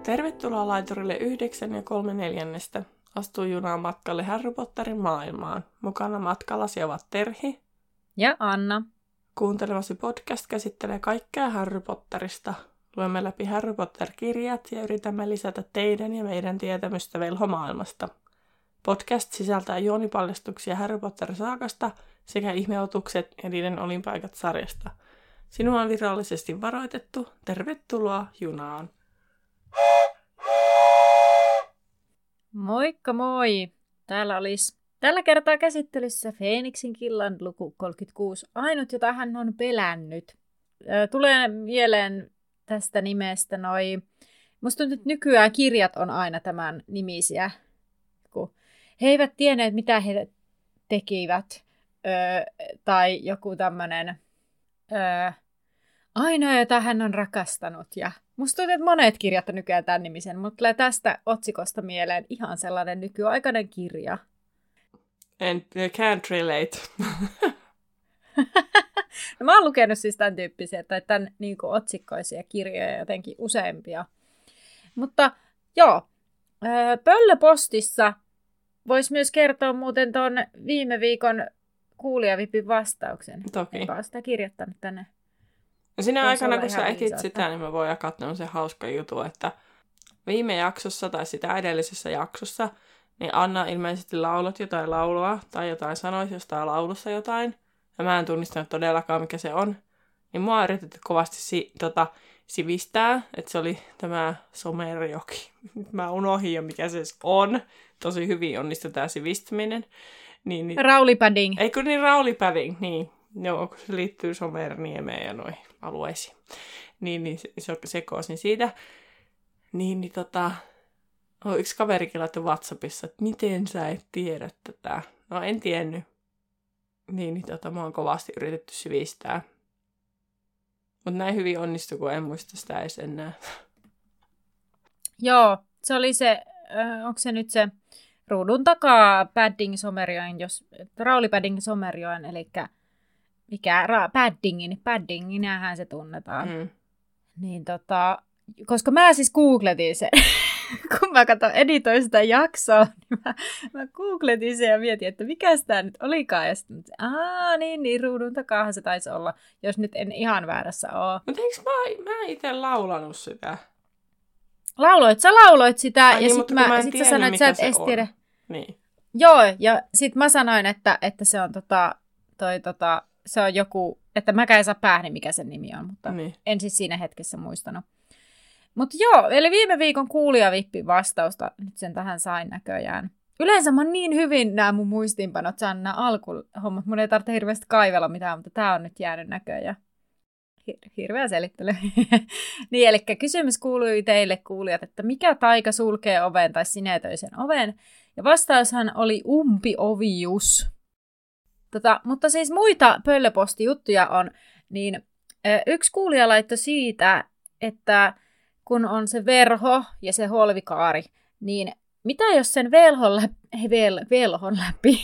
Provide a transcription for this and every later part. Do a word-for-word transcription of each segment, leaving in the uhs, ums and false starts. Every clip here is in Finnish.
Tervetuloa laiturille yhdeksän ja kolme neljännestä. Astuu junaan matkalle Harry Potterin maailmaan. Mukana matkallasi ovat Terhi ja Anna. Kuuntelevasi podcast käsittelee kaikkea Harry Potterista. Luemme läpi Harry Potter-kirjat ja yritämme lisätä teidän ja meidän tietämystä velhomaailmasta. Podcast sisältää juonipaljastuksia Harry Potter-saakasta sekä ihmeotukset ja niiden olinpaikat sarjasta. Sinua on virallisesti varoitettu. Tervetuloa junaan. Moikka moi! Täällä olisi tällä kertaa käsittelyssä Feeniksin killan luku kolmekymmentäkuusi, ainut jota hän on pelännyt. Tulee mieleen tästä nimestä noi, musta tuntuu, että nykyään kirjat on aina tämän nimisiä, kun he eivät tienneet mitä he tekivät, öö, tai joku tämmönen öö, ainoa jota hän on rakastanut ja musta tuntuu, että monet kirjat on nykyään tämän nimisen, mutta tulee tästä otsikosta mieleen ihan sellainen nykyaikainen kirja. And I can't relate. No, mä oon lukenut siis tämän tyyppisiä, tai tämän niin kuin otsikkoisia kirjoja jotenkin useampia. Mutta joo, Pöllöpostissa voisi myös kertoa muuten tuon viime viikon kuulijavipin vastauksen. Toki. Enpä ole sitä kirjoittanut tänne. Ja sinä aikana, kun sä etit sitä, niin mä voin jakaa se hauska jutu, että viime jaksossa tai sitä edellisessä jaksossa, niin Anna ilmeisesti laulat jotain laulua tai jotain sanoisi jostain laulussa jotain. Ja mä en tunnistanut todellakaan, mikä se on. Niin mua on yritetty kovasti si- tota, sivistää, että se oli tämä Somerjoki. Mä unohdin jo, mikä se on. Tosi hyvin onnistui tämä sivistäminen. Niin, niin... Raulipadding. Eikö niin Raulipadding, niin. Joo, kun se liittyy Somerniemeen ja noihin alueisiin. Niin, niin se, se sekoisin siitä. Niin, niin tota... Oh, yksi kaverikin laittoi WhatsAppissa, että miten sä et tiedä tätä. No, en tiennyt. Niin, niin tota, mä oon kovasti yritetty sivistää. Mutta näin hyvin onnistui, kun en muista sitä edes enää. Joo, se oli se, äh, onko se nyt se ruudun takaa Padding Somerjoen, jos Raulipadding Somerjoen, eli mikä ra, Paddingin, Paddinginähän se tunnetaan. Mm. Niin tota, koska mä siis googletin sen, kun mä katson editoin sitä jaksoa, niin mä, mä googletin sen ja mietin, että mikä sitä nyt olikaan. Ja sitten, aah, niin, niin, ruudun takaahan se taisi olla, jos nyt en ihan väärässä ole. Mutta eikö mä, mä itse laulanut sitä? Lauloit, sä lauloit sitä, Ai ja niin, sitten mä, sit sä sanoit, että sä et edes tiedä. Niin. Joo, ja sitten mä sanoin, että, että se on tota, toi tota, se on joku, että mäkään en saa päähni, mikä sen nimi on, mutta niin. En siis siinä hetkessä muistanut. Mutta joo, eli viime viikon kuulijavippi vastausta, nyt sen tähän sain näköjään. Yleensä mä oon niin hyvin nämä mun muistiinpanot, saan nämä alkuhommat, mun ei tarvitse hirveästi kaivella mitään, mutta tää on nyt jäänyt näköjään. Hir- hirveä selittely. Niin, eli kysymys kuului teille kuulijat, että mikä taika sulkee oven tai sinetöi sen oven? Ja vastaushan oli umpiovius. Tota, mutta siis muita pöllöpostijuttuja on, niin yksi kuulija laittoi siitä, että kun on se verho ja se holvikaari, niin mitä jos sen velhon läpi, vel, velhon läpi,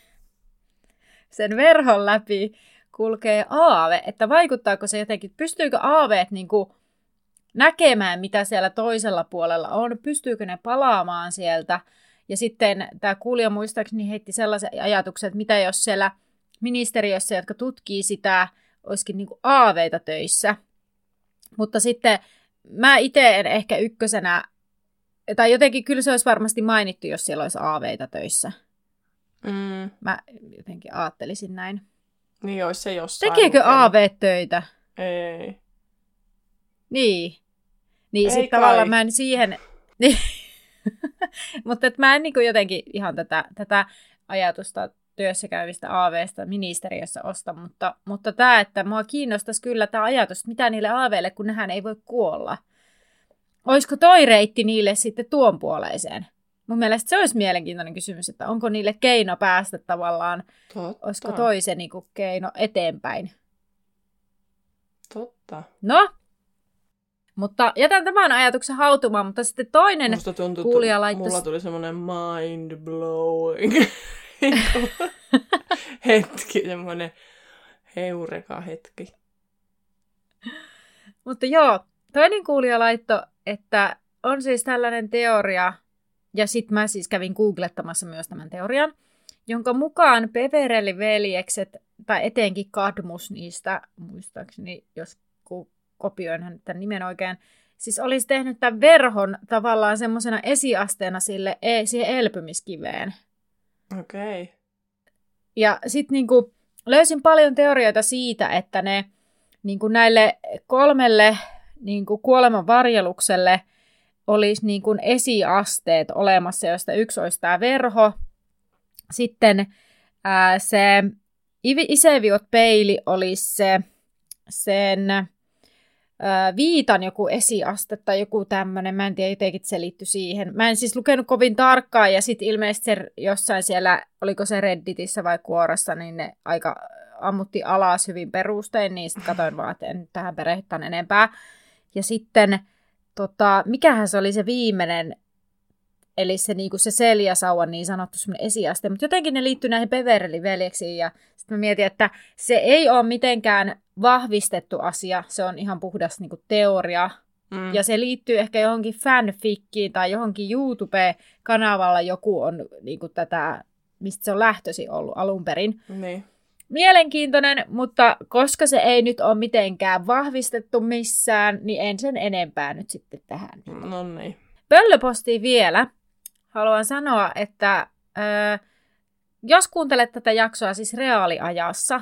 sen verhon läpi kulkee aave, että vaikuttaako se jotenkin, pystyykö aaveet niin kuin näkemään, mitä siellä toisella puolella on, pystyykö ne palaamaan sieltä, ja sitten tämä kuulija muistaakseni heitti sellaisen ajatuksen, että mitä jos siellä ministeriössä, jotka tutkii sitä, olisikin niin kuin aaveita töissä, mutta sitten mä itse en ehkä ykkösenä, tai jotenkin kyllä se olisi varmasti mainittu, jos siellä olisi aaveita töissä. Mm. Mä jotenkin ajattelisin näin. Niin olisi se jossain. Tekeekö aaveet töitä? Ei. Niin. Niin sitten tavallaan mä en siihen... Mutta mä en niin kuin jotenkin ihan tätä, tätä ajatusta työssä käyvistä aaveista ministeriössä osta, mutta, mutta tämä, että mua kiinnostaisi kyllä tämä ajatus, mitä niille aaveille, kun nehän ei voi kuolla. Olisiko toi reitti niille sitten tuon puoleiseen? Mun mielestä se olisi mielenkiintoinen kysymys, että onko niille keino päästä tavallaan, Totta. Olisiko toi se niin kuin keino eteenpäin? Totta. No, mutta jätän tämän ajatuksen hautumaan, mutta sitten toinen Musta tuntuu, kuulija laittoi... Mulla tuli semmoinen mind-blowing hetki, semmoinen heureka-hetki. Mutta joo, toinen kuulija laittoi, että on siis tällainen teoria, ja sitten mä siis kävin googlettamassa myös tämän teorian, jonka mukaan Beverly-veljekset, tai etenkin Cadmus niistä, muistaakseni, jos kopioin hän tämän nimen oikein, siis olisi tehnyt tämän verhon tavallaan semmoisena esiasteena sille, siihen elpymiskiveen. Okei. Okay. Ja sitten niinku löysin paljon teorioita siitä, että ne niinku näille kolmelle niinku kuolemanvarjelukselle olisi niinku esiasteet olemassa, joista yksi olisi tämä verho. Sitten ää, se Iseviot peili olisi se, sen ää, viitan joku esiaste tai joku tämmöinen. Mä en tiedä, jotenkin se liittyi siihen. Mä en siis lukenut kovin tarkkaan ja sitten ilmeisesti se jossain siellä, oliko se Redditissä vai Kuorassa, niin ne aika ammutti alas hyvin perustein, niin sitten katsoin vaan, että en nyt tähän perehdytän enempää. Ja sitten, tota, mikähän se oli se viimeinen, eli se, niinku se Seljasauvan niin sanottu semmoinen esiaste, mutta jotenkin ne liittyy näihin Beverly-veljeksiin, ja sitten mä mietin, että se ei ole mitenkään vahvistettu asia, se on ihan puhdas niinku teoria, mm. ja se liittyy ehkä johonkin fanfickiin tai johonkin YouTube-kanavalla joku on niinku tätä, mistä se on lähtöisin ollut alun perin. Niin. Mielenkiintoinen, mutta koska se ei nyt ole mitenkään vahvistettu missään, niin en sen enempää nyt sitten tähän. No niin. Pöllöpostiin vielä. Haluan sanoa, että ö, jos kuuntelet tätä jaksoa siis reaaliajassa,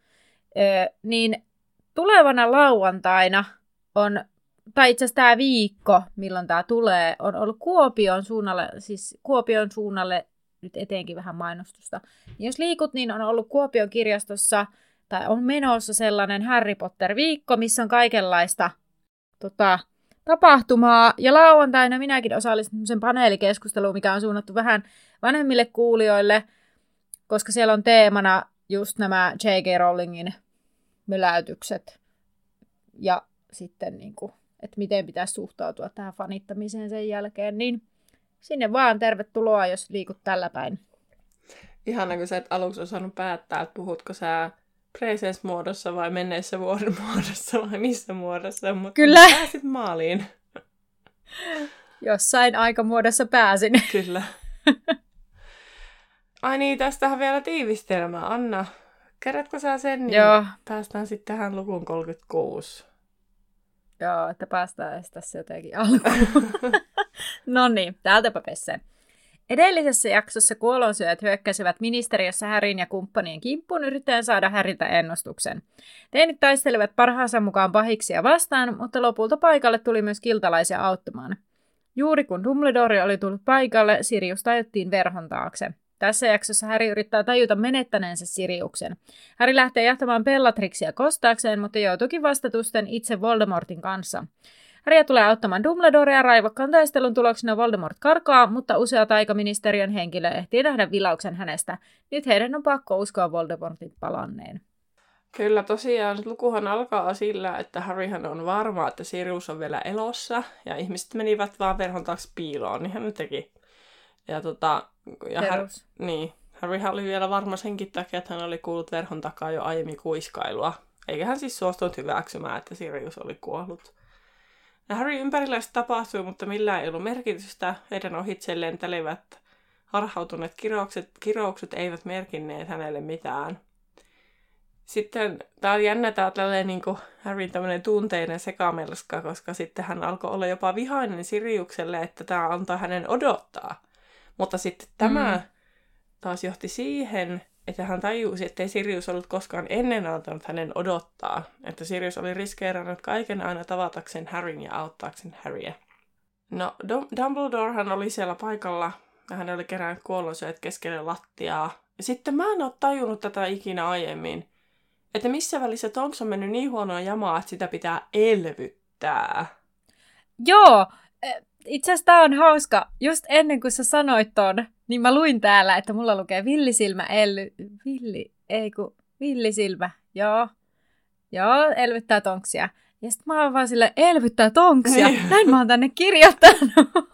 ö, niin tulevana lauantaina on, tai itse asiassa tämä viikko, milloin tämä tulee, on ollut Kuopion suunnalle, siis Kuopion suunnalle nyt eteenkin vähän mainostusta. Jos liikut, niin on ollut Kuopion kirjastossa, tai on menossa sellainen Harry Potter-viikko, missä on kaikenlaista tota, tapahtumaa. Ja lauantaina minäkin osallistun sen paneelikeskusteluun, mikä on suunnattu vähän vanhemmille kuulijoille, koska siellä on teemana just nämä J K. Rowlingin möläytykset. Ja sitten, niin kuin, että miten pitäisi suhtautua tähän fanittamiseen sen jälkeen, niin sinne vaan tervetuloa, jos liikut tällä päin. Ihana, kun sä et aluksi osannut päättää, että puhutko sä presence-muodossa vai menneessä vuoden muodossa vai missä muodossa, mutta kyllä. Pääsit maaliin. Jossain aikamuodossa pääsin. Kyllä. Ai niin, tästähän vielä tiivistelmä. Anna, kerrotko sä sen, niin Joo. päästään sitten tähän lukuun kolmekymmentäkuusi. Joo, että päästään edes tässä jotenkin alkuun. No niin, täältäpä pesseen. Edellisessä jaksossa kuolonsyöjät hyökkäsivät ministeriössä Harryn ja kumppanien kimppuun yrittäen saada Harryltä ennustuksen. Teinit taistelivat parhaansa mukaan pahiksia vastaan, mutta lopulta paikalle tuli myös kiltalaisia auttamaan. Juuri kun Dumbledore oli tullut paikalle, Sirius tajuttiin verhon taakse. Tässä jaksossa Harry yrittää tajuta menettäneensä Siriuksen. Harry lähtee jahtamaan Bellatrixia kostaakseen, mutta joutuukin vastatusten itse Voldemortin kanssa. Harry tulee auttamaan Dumbledorea raivokkaan taistelun tuloksena Voldemort karkaa, mutta usea taikaministeriön henkilö ehtii nähdä vilauksen hänestä. Nyt heidän on pakko uskoa Voldemortin palanneen. Kyllä tosiaan, lukuhan alkaa sillä, että Harryhän on varma, että Sirius on vielä elossa, ja ihmiset menivät vaan verhon taakse piiloon, niin hän ne teki. Ja tota, ja Harry, niin, Harryhän oli vielä varma senkin takia, että hän oli kuullut verhon takaa jo aiemmin kuiskailua. Eikä hän siis suostunut hyväksymään, että Sirius oli kuollut. Ja Harry ympärillä se tapahtui, mutta millään ei ollut merkitystä. Heidän ohitse lentelevät harhautuneet kiroukset, kiroukset eivät merkinneet hänelle mitään. Sitten tää on jännä, tää on tälleen niin kuin Harryn tämmönen tunteinen sekamelska, koska sitten hän alkoi olla jopa vihainen Siriukselle, että tämä antaa hänen odottaa. Mutta sitten tämä mm. taas johti siihen, että hän tajusi, ettei Sirius ollut koskaan ennen antanut hänen odottaa. Että Sirius oli riskeerannut kaiken aina tavatakseen Harryn ja auttaakseen Harryä. No, Dumbledorehan oli siellä paikalla ja hän oli kerännyt kuollonsyöjät keskelle lattiaa. Ja sitten mä en ole tajunnut tätä ikinä aiemmin. Että missä välissä Tonks on mennyt niin huonoa jamaa, että sitä pitää elvyttää. Joo, itse asiassa tää on hauska. Just ennen kuin sä sanoit ton, niin mä luin täällä, että mulla lukee villisilmä elly... Villi... Ei kun... Villisilmä. Joo. Joo, elvyttää Tonksia. Ja sit mä oon vaan silleen, elvyttää Tonksia. Niin. Näin mä oon tänne kirjoittanut.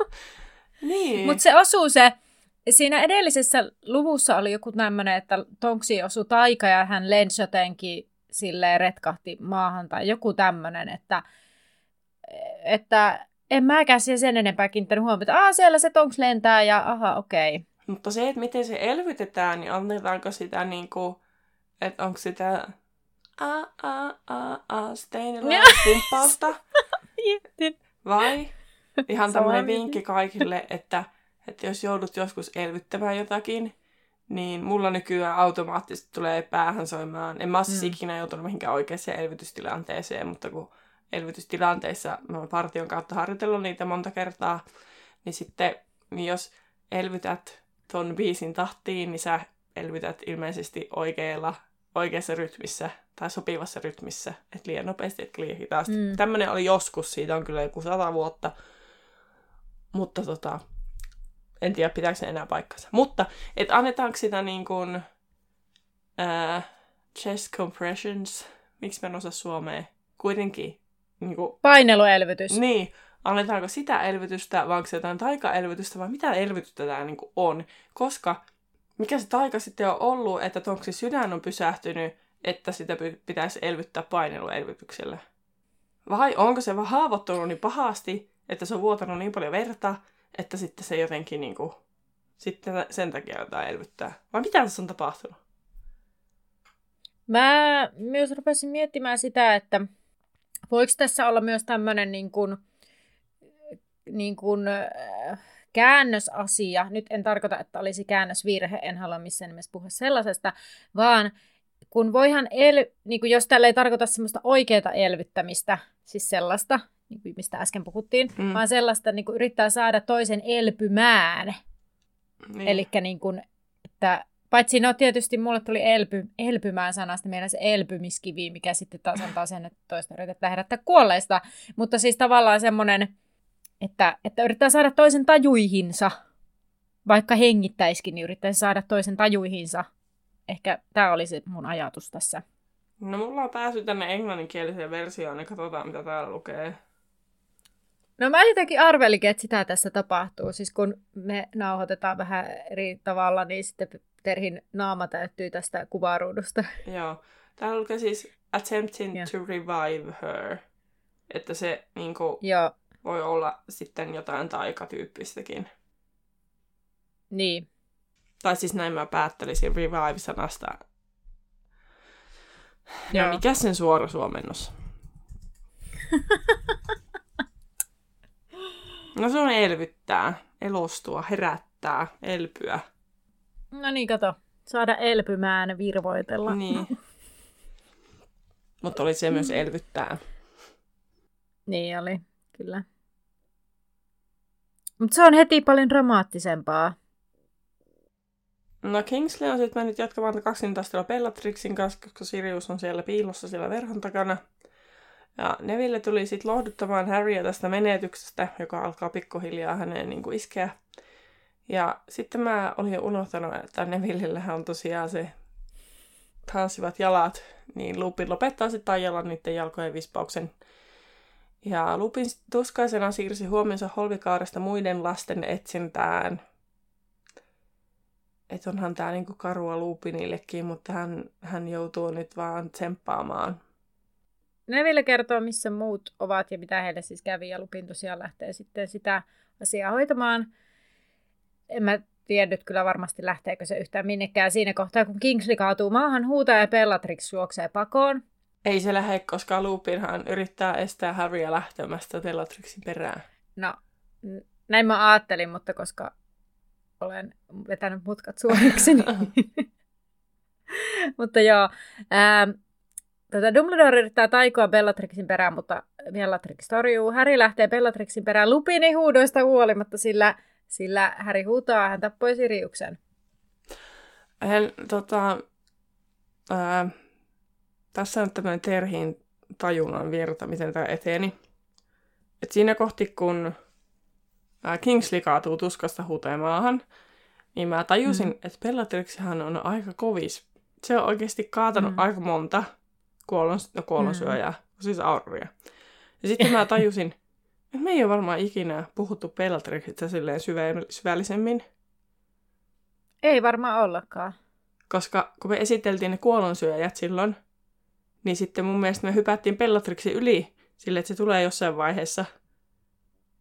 Niin. Mut se osuu se... Siinä edellisessä luvussa oli joku tämmönen, että Tonksi osui taika ja hän lensi jotenkin silleen retkahti maahan tai joku tämmönen, että, että en mäkään siihen sen enempää kiinnittänyt huomiota. Ah, siellä se tonks lentää ja aha, okei. Okay. Mutta se, että miten se elvytetään, niin annetaanko sitä niinku, että onko sitä a a a a Steinilla pumppausta? Vai ihan tämmöinen vinkki kaikille, että, että jos joudut joskus elvyttämään jotakin, niin mulla nykyään automaattisesti tulee päähän soimaan. En mä ole siis mm. ikinä joutunut mihinkään oikeaan elvytystilanteeseen, mutta kun elvytystilanteissa mä oon partion kautta harjoitellut niitä monta kertaa, niin sitten niin jos elvytät ton biisin tahtiin, niin sä elvytät ilmeisesti oikealla, oikeassa rytmissä tai sopivassa rytmissä, et liian nopeasti, et liian hitaasti. Mm. Tämmönen oli joskus, siitä on kyllä joku sata vuotta, mutta tota, en tiedä pitääkö se enää paikkansa. Mutta, et annetaanko sitä niin kuin ää, chest compressions, miksi mä en osaa suomea, kuitenkin niin kuin, paineluelvytys. Niin, annetaanko sitä elvytystä, vai onko se jotain taikaelvytystä, vai mitä elvytystä tämä niin kuin on? Koska mikä se taika sitten on ollut, että onko se sydän on pysähtynyt, että sitä pitäisi elvyttää paineluelvytyksellä? Vai onko se vaan haavoittunut niin pahasti, että se on vuotanut niin paljon verta, että sitten se jotenkin niin kuin, sitten sen takia jotain elvyttää? Vai mitä tässä on tapahtunut? Mä myös rupesin miettimään sitä, että voiko tässä olla myös tämmöinen niin kuin, niin kuin, äh, käännösasia. Nyt en tarkoita, että olisi käännösvirhe, en halua missään nimessä puhua sellaisesta, vaan kun voihan, el, niin kuin jos tällä ei tarkoita semmoista oikeaa elvyttämistä, siis sellaista, niin kuin mistä äsken puhuttiin, mm. vaan sellaista, niin kuin yrittää saada toisen elpymään. Niin. Elikkä niin kuin, että paitsi no tietysti mulle tuli elpy, elpymään sanasta meillä se elpymiskivi, mikä sitten taas antaa sen, että toista yritetään herättää kuolleista. Mutta siis tavallaan semmoinen, että, että yrittää saada toisen tajuihinsa. Vaikka hengittäisikin, niin yrittäisi saada toisen tajuihinsa. Ehkä tämä oli se mun ajatus tässä. No mulla on päässyt tänne englanninkieliseen versioon, ja katsotaan mitä täällä lukee. No mä jotenkin arvelikin, että sitä tässä tapahtuu. Siis kun me nauhoitetaan vähän eri tavalla, niin sitten Terhin naama täyttyy tästä kuvaruudusta. Joo. Täällä lukee siis attempting yeah. to revive her. Että se niinku, Joo. voi olla sitten jotain taikatyyppistäkin. Niin. Tai siis näin mä päättelisin revive-sanasta. Ja mikä sen suora suomennos? No se on elvyttää, elostua, herättää, elpyä. No niin, kato. Saada elpymään, virvoitella. Niin. Mutta oli se myös elvyttää. Niin oli, kyllä. Mutta se on heti paljon dramaattisempaa. No Kingsley on sitten mennyt jatkamaan kaksintaistelua Bellatrixin kanssa, koska Sirius on siellä piilossa siellä verhon takana. Ja Neville tuli sitten lohduttamaan Harryä tästä menetyksestä, joka alkaa pikkuhiljaa häneen niin kuin iskeä. Ja sitten mä olin jo unohtanut, että Nevillellähän on tosiaan se tanssivat jalat, niin Lupin lopettaa sitten ajalla niiden jalkojen vispauksen. Ja Lupin tuskaisena siirsi huomionsa Holvikaaresta muiden lasten etsintään. Että onhan tää niinku karua Lupinillekin, mutta hän, hän joutuu nyt vaan tsemppaamaan. Neville kertoo, missä muut ovat ja mitä heille siis kävi, ja Lupin tosiaan lähtee sitten sitä asiaa hoitamaan. En mä tiedä kyllä varmasti lähteekö se yhtään minnekään siinä kohtaa, kun Kingsley kaatuu maahan, huutaa ja Bellatrix juoksee pakoon. Ei se lähde, koska Lupinhan yrittää estää Harryä lähtemästä Bellatrixin perään. No, näin mä ajattelin, mutta koska olen vetänyt mutkat suoriksi. Niin. Mutta joo, ää, tota Dumbledore yrittää taikoa Bellatrixin perään, mutta Bellatrix torjuu. Harry lähtee Bellatrixin perään Lupinin huudoista huolimatta, sillä, sillä Harry huutaa, hän tappoi Siriuksen. Hän, tota, ää, tässä on tämmöinen Terhin tajunnan virta, miten tämä eteni. Et siinä kohti, kun ää, Kingsley kaatuu tuskasta huuteen maahan, niin mä tajusin, mm. että Bellatrixihan on aika kovis. Se on oikeasti kaatanut mm. aika monta kuollon, no, kuollonsyöjää, mm. siis Auroria. Ja sitten mä tajusin, että me ei ole varmaan ikinä puhuttu Bellatrixista silleen syvä- syvällisemmin. Ei varmaan ollakaan. Koska kun me esiteltiin ne kuollonsyöjät silloin, niin sitten mun mielestä me hypättiin Bellatrixin yli silleen, että se tulee jossain vaiheessa.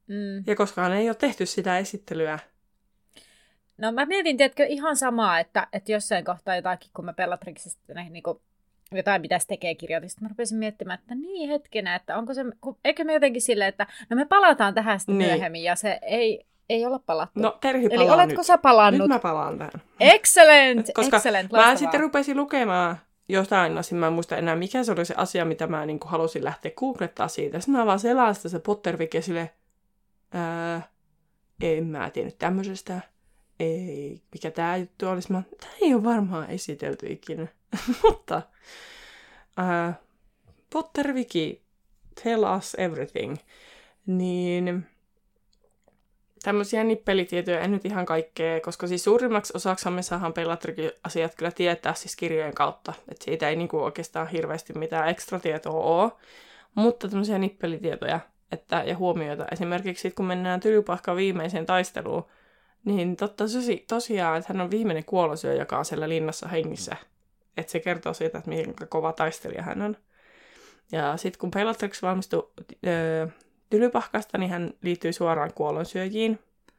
Mm. Ja koskaan ei ole tehty sitä esittelyä. No mä mietin, tiedätkö, ihan samaa, että, että jossain kohtaa jotakin, kun mä Bellatrixista niin kuin jotain, mitä se tekee kirjoitusta, mä rupesin miettimään, että niin hetkenä, että onko se, eikö me jotenkin silleen, että no me palataan tähän sitten niin. myöhemmin, ja se ei, ei olla palattu. No Terhi palaa Eli oletko nyt. sä palannut? Nyt mä palaan tähän. Excellent, Koska excellent, mä loistavaa. sitten rupesin lukemaan jostain asiaa, mä en muista enää, mikä se oli se asia, mitä mä niin kuin halusin lähteä googlettaa siitä. Sitten mä vaan selaan sitä se Pottervik ja silleen, ää, en mä tiennyt tämmöisestä. Ei, mikä tää juttu olisi. Mä, tää ei ole varmaan esitelty ikinä. Mutta ää, Potterviki, tell us everything. Niin tämmöisiä nippelitietoja, en nyt ihan kaikkea, koska siis suurimmaksi osaksi me saadaan Bellatrix-asiat kyllä tietää siis kirjojen kautta. Että siitä ei niinku oikeastaan hirveästi mitään ekstra tietoa ole. Mutta tämmöisiä nippelitietoja että, ja huomioita. Esimerkiksi sit, kun mennään Tylypahkan viimeiseen taisteluun, niin totta tosi, tosiaan, että hän on viimeinen kuolonsyöjä, joka on siellä linnassa hengissä. Että se kertoo siitä, että miten kova taistelija hän on. Ja sitten kun Bellatrix valmistui öö, Tylypahkasta, niin hän liittyy suoraan kuolonsyöjiin.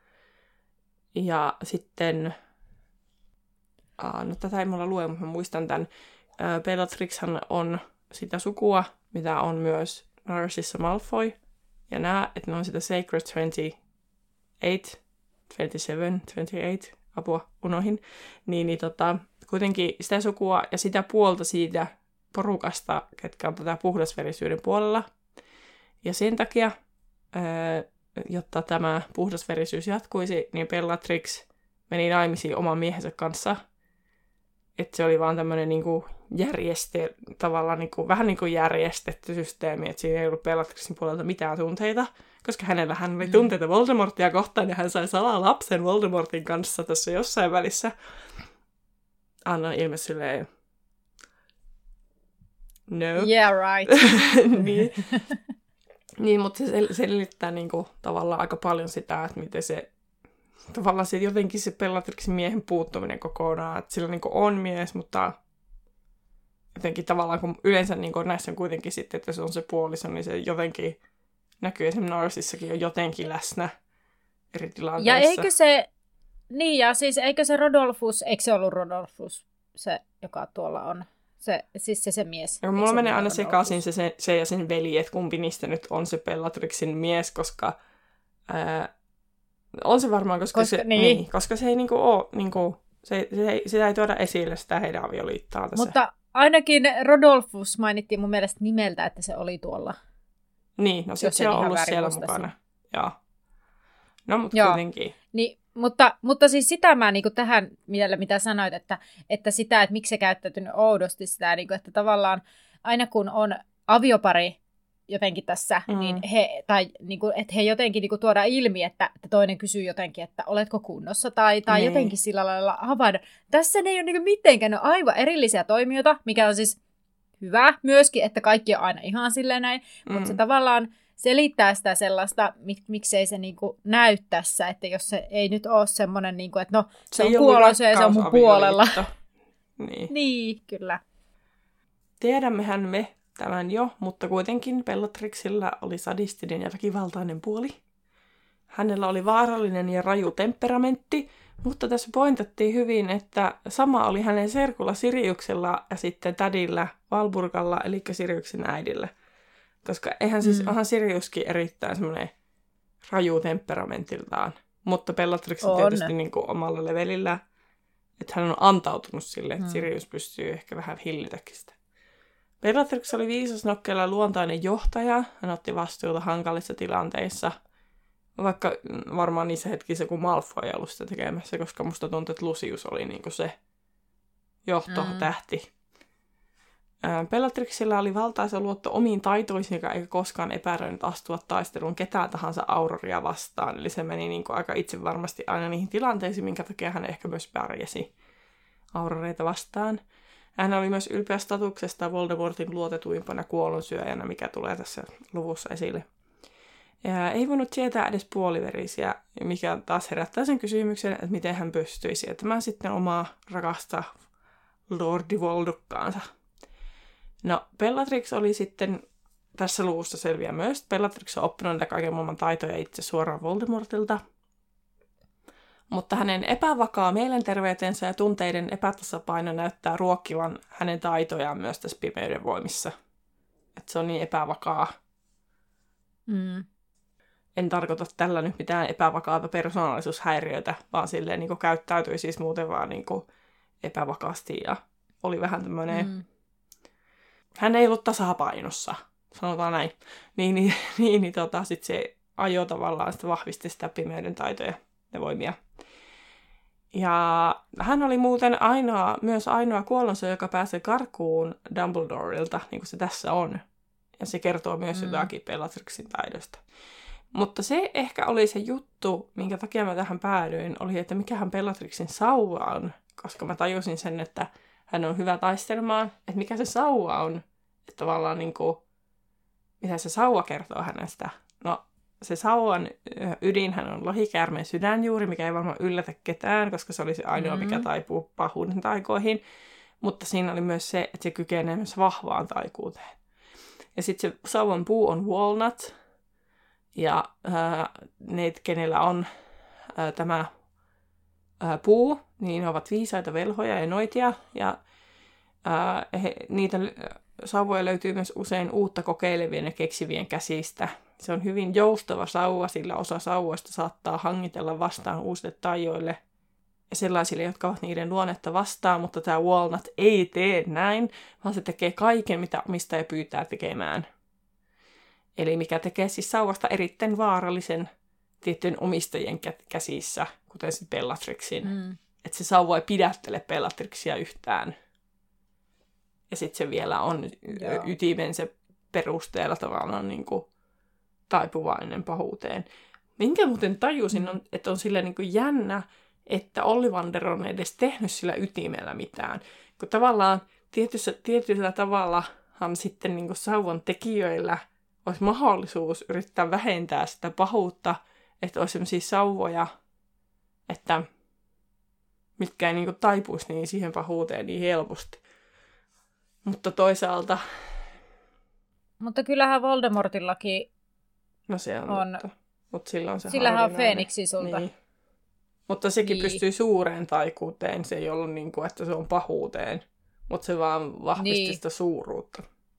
Ja sitten, aa, no tätä ei mulla lue, mutta mä muistan tämän. Öö, Bellatrixhan on sitä sukua, mitä on myös Narcissa Malfoy. Ja nämä, että ne on sitä Sacred kaksikymmentäkahdeksan, kaksikymmentäseitsemän, kaksikymmentäkahdeksan, apua, unohin. Niin, niin tota, kuitenkin sitä sukua ja sitä puolta siitä porukasta, ketkä on tätä puhdasverisyyden puolella. Ja sen takia, jotta tämä puhdasverisyys jatkuisi, niin Bellatrix meni naimisiin oman miehensä kanssa. Että se oli vaan tämmöinen niinku järjeste, tavallaan niinku, vähän niin kuin järjestetty systeemi, että siinä ei ollut Bellatrixin puolelta mitään tunteita, koska hänellä hän oli tunteita Voldemortia kohtaan ja hän sai salaa lapsen Voldemortin kanssa tässä jossain välissä. Anna ilme silleen, no. Yeah, right. niin. Niin, mutta se sel- selittää niinku tavallaan aika paljon sitä, että miten se tavallaan se jotenkin se Bellatrixin miehen puuttuminen kokonaan, että sillä niinku on mies, mutta jotenkin tavallaan, kun yleensä niinku näissä on kuitenkin sitten, että se on se puoliso, niin se jotenkin näkyy esimerkiksi Narcississakin on jotenkin läsnä eri tilanteissa. Ja eikö se, niin ja siis eikö se Rodolphus, eikö se ollut Rodolphus, se joka tuolla on? Se, siis se, se mies. Ja mulla menee aina sekaisin se, se, se ja sen veli, että kumpi niistä nyt on se Bellatrixin mies, koska ää, on se varmaan, koska, koska, se, niin. Niin, koska se ei niinku ole, niinku, se, se ei, sitä ei tuoda esille sitä heidän avioliittoa tässä. Mutta ainakin Rodolphus mainittiin mun mielestä nimeltä, että se oli tuolla. Niin, no sit se on ollut siellä mukana. Joo. No, mutta Joo. kuitenkin. Niin, mutta, mutta siis sitä mä niin tähän, mitä, mitä sanoit, että, että sitä, että miksi se käyttäytynyt oudosti sitä, niin kuin, että tavallaan aina kun on aviopari jotenkin tässä, mm. niin he, tai niin kuin, että he jotenkin niin kuin tuodaan ilmi, että, että toinen kysyy jotenkin, että oletko kunnossa, tai, tai niin. jotenkin sillä lailla havainno. Tässä ne ei ole niin mitenkään, ne on aivan erillisiä toimijoita, mikä on siis hyvä myöskin, että kaikki on aina ihan silleen näin, mm. mutta se tavallaan selittää sitä sellaista, mik, miksei se niinku näy tässä, että jos se ei nyt ole semmoinen, niinku, että no se, se on kuolonsyöjä ja se on mun puolella. Niin. Niin, kyllä. Tiedämmehän me tämän jo, mutta kuitenkin Bellatrixilla oli sadistinen ja väkivaltainen puoli. Hänellä oli vaarallinen ja raju temperamentti, mutta tässä pointattiin hyvin, että sama oli hänen serkulla Siriuksella ja sitten tädillä Valburgalla, eli Siriuksen äidillä. Koska eihän siis, mm. onhan Siriuskin erittäin semmoinen raju temperamentiltaan, mutta Bellatrix on tietysti niin kuin omalla levelillä, että hän on antautunut sille, että mm. Sirius pystyy ehkä vähän hillitäkin sitä. Bellatrix oli viisas, nokkela luontainen johtaja. Hän otti vastuuta hankalissa tilanteissa, vaikka varmaan niissä hetkissä, kun Malfoy ei ollut sitä tekemässä, koska musta tuntuu, että Lucius oli niin kuin se johtotähti. Mm. Bellatrixilla oli valtaisa luotto omiin taitoisiin, eikä koskaan epäröinyt astua taisteluun ketään tahansa Auroria vastaan. Eli se meni niin kuin aika itse varmasti aina niihin tilanteisiin, minkä takia hän ehkä myös pärjäsi Auroreita vastaan. Hän oli myös ylpeä statuksesta Voldemortin luotetuimpana kuollonsyöjänä, mikä tulee tässä luvussa esille. Ja ei voinut sietää edes puoliverisiä, mikä taas herättää sen kysymyksen, että miten hän pystyi sietämään sitten omaa rakasta Lordi Voldukkaansa. No, Bellatrix oli sitten tässä luvussa selviää myös, että Bellatrix on oppinut näitä kaiken maailman taitoja itse suoraan Voldemortilta. Mutta hänen epävakaa mielenterveytensä ja tunteiden epätasapaino näyttää ruokkivan hänen taitojaan myös tässä pimeyden voimissa. Että se on niin epävakaa. Mm. En tarkoita tällä nyt mitään epävakaata persoonallisuushäiriötä, vaan silleen niin kuin käyttäytyi siis muuten vaan niin kuin epävakaasti ja oli vähän tämmöinen... Mm. Hän ei ollut tasapainossa, sanotaan näin. Niin, niin, niin, niin tota, sitten se ajoi tavallaan sitä vahvisti sitä pimeyden taitoja ja voimia. Ja hän oli muuten ainoa, myös ainoa kuollonsa, joka pääsee karkuun Dumbledorilta, niin kuin se tässä on. Ja se kertoo myös mm. jotakin Bellatrixin taidosta. Mutta se ehkä oli se juttu, minkä takia mä tähän päädyin, oli, että mikähän Bellatrixin sauva on. Koska mä tajusin sen, että hän on hyvä taistelemaan, että mikä se sauva on. Että tavallaan niin kuin, mitä se sauva kertoo hänestä. No, se sauvan ydinhän on lohikäärmeen sydänjuuri, mikä ei varmaan yllätä ketään, koska se oli se ainoa, mikä taipuu pahuuden taikoihin. Mutta siinä oli myös se, että se kykenee myös vahvaan taikuuteen. Ja sitten se sauvan puu on walnut. Ja ää, ne, kenellä on ää, tämä ää, puu, niin ne ovat viisaita velhoja ja noitia. Ja ää, he, niitä sauvoja löytyy myös usein uutta kokeilevien ja keksivien käsistä. Se on hyvin joustava sauva, sillä osa sauvoista saattaa hangitella vastaan uusille taijoille ja sellaisille, jotka ovat niiden luonnetta vastaan, mutta tämä walnut ei tee näin, vaan se tekee kaiken, mitä omistaja pyytää tekemään. Eli mikä tekee siis sauvasta erittäin vaarallisen tiettyjen omistajien käsissä, kuten se Bellatrixin. Mm. Että se sauva ei pidättele Bellatrixia yhtään. Ja sitten se vielä on Joo. ytimensä perusteella tavallaan niin kuin taipuvainen pahuuteen. Minkä muuten tajusin, on, että on sillä niin kuin jännä, että Ollivander on edes tehnyt sillä ytimellä mitään. Kun tavallaan tietyssä, tietyllä tavallahan sitten niin kuin sauvan tekijöillä olisi mahdollisuus yrittää vähentää sitä pahuutta, että olisi sellaisia sauvoja, että mitkä ei niin kuin taipuisi niin siihen pahuuteen niin helposti. Mutta toisaalta... Mutta kyllähän Voldemortillakin no se on, on... Mutta, mutta sillä on se sillähän on Feeniksi sulta. Niin. Mutta sekin niin. pystyy suureen taikuuteen. Se ei ollut niin kuin, että se on pahuuteen. Mutta se vaan vahvisti niin. sitä suuruutta.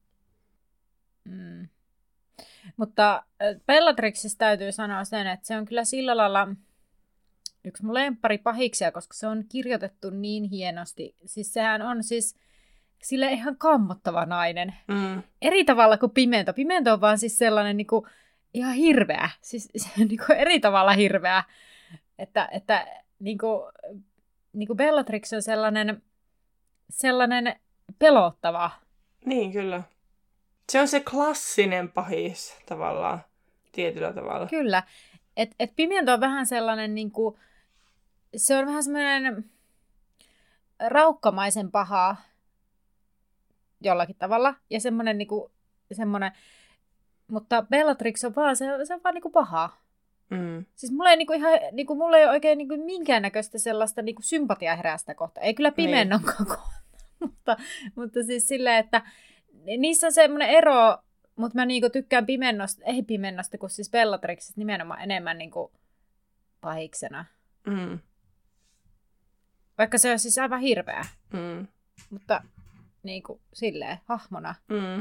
Mm. Mutta Bellatrixista täytyy sanoa sen, että se on kyllä sillä lailla yksi mun lemppari pahiksia, koska se on kirjoitettu niin hienosti. Siis sehän on siis sille ihan kammottava nainen. Mm. Eri tavalla kuin Pimento. Pimento on vaan siis sellainen niin kuin, ihan hirveä. Siis niin kuin eri tavalla hirveä. Että, että niin kuin, niin kuin Bellatrix on sellainen, sellainen pelottava. Niin, kyllä. Se on se klassinen pahis tavallaan, tietyllä tavalla. Kyllä. Et, et Pimento on vähän sellainen, niin kuin, se on vähän semmoinen raukkamaisen paha jollakin tavalla. Ja semmoinen, niin kuin, semmoinen, mutta Bellatrix on vaan, se, se on vaan niin kuin paha. Mm. Siis mulla ei, niinku ihan, niinku, mulla ei ole oikein niinku minkäännäköistä sellaista niinku sympatiaa herää sitä kohtaa. Ei kyllä Pimentonkaan niin. kohta, mutta, mutta siis silleen, että niissä on semmoinen ero, mutta mä niinku tykkään Pimennosta, ei Pimennosta, kun siis Bellatrixista nimenomaan enemmän niinku pahiksena. Mm. Vaikka se on siis aivan hirveä, mm. mutta niinku silleen, hahmona. Mm.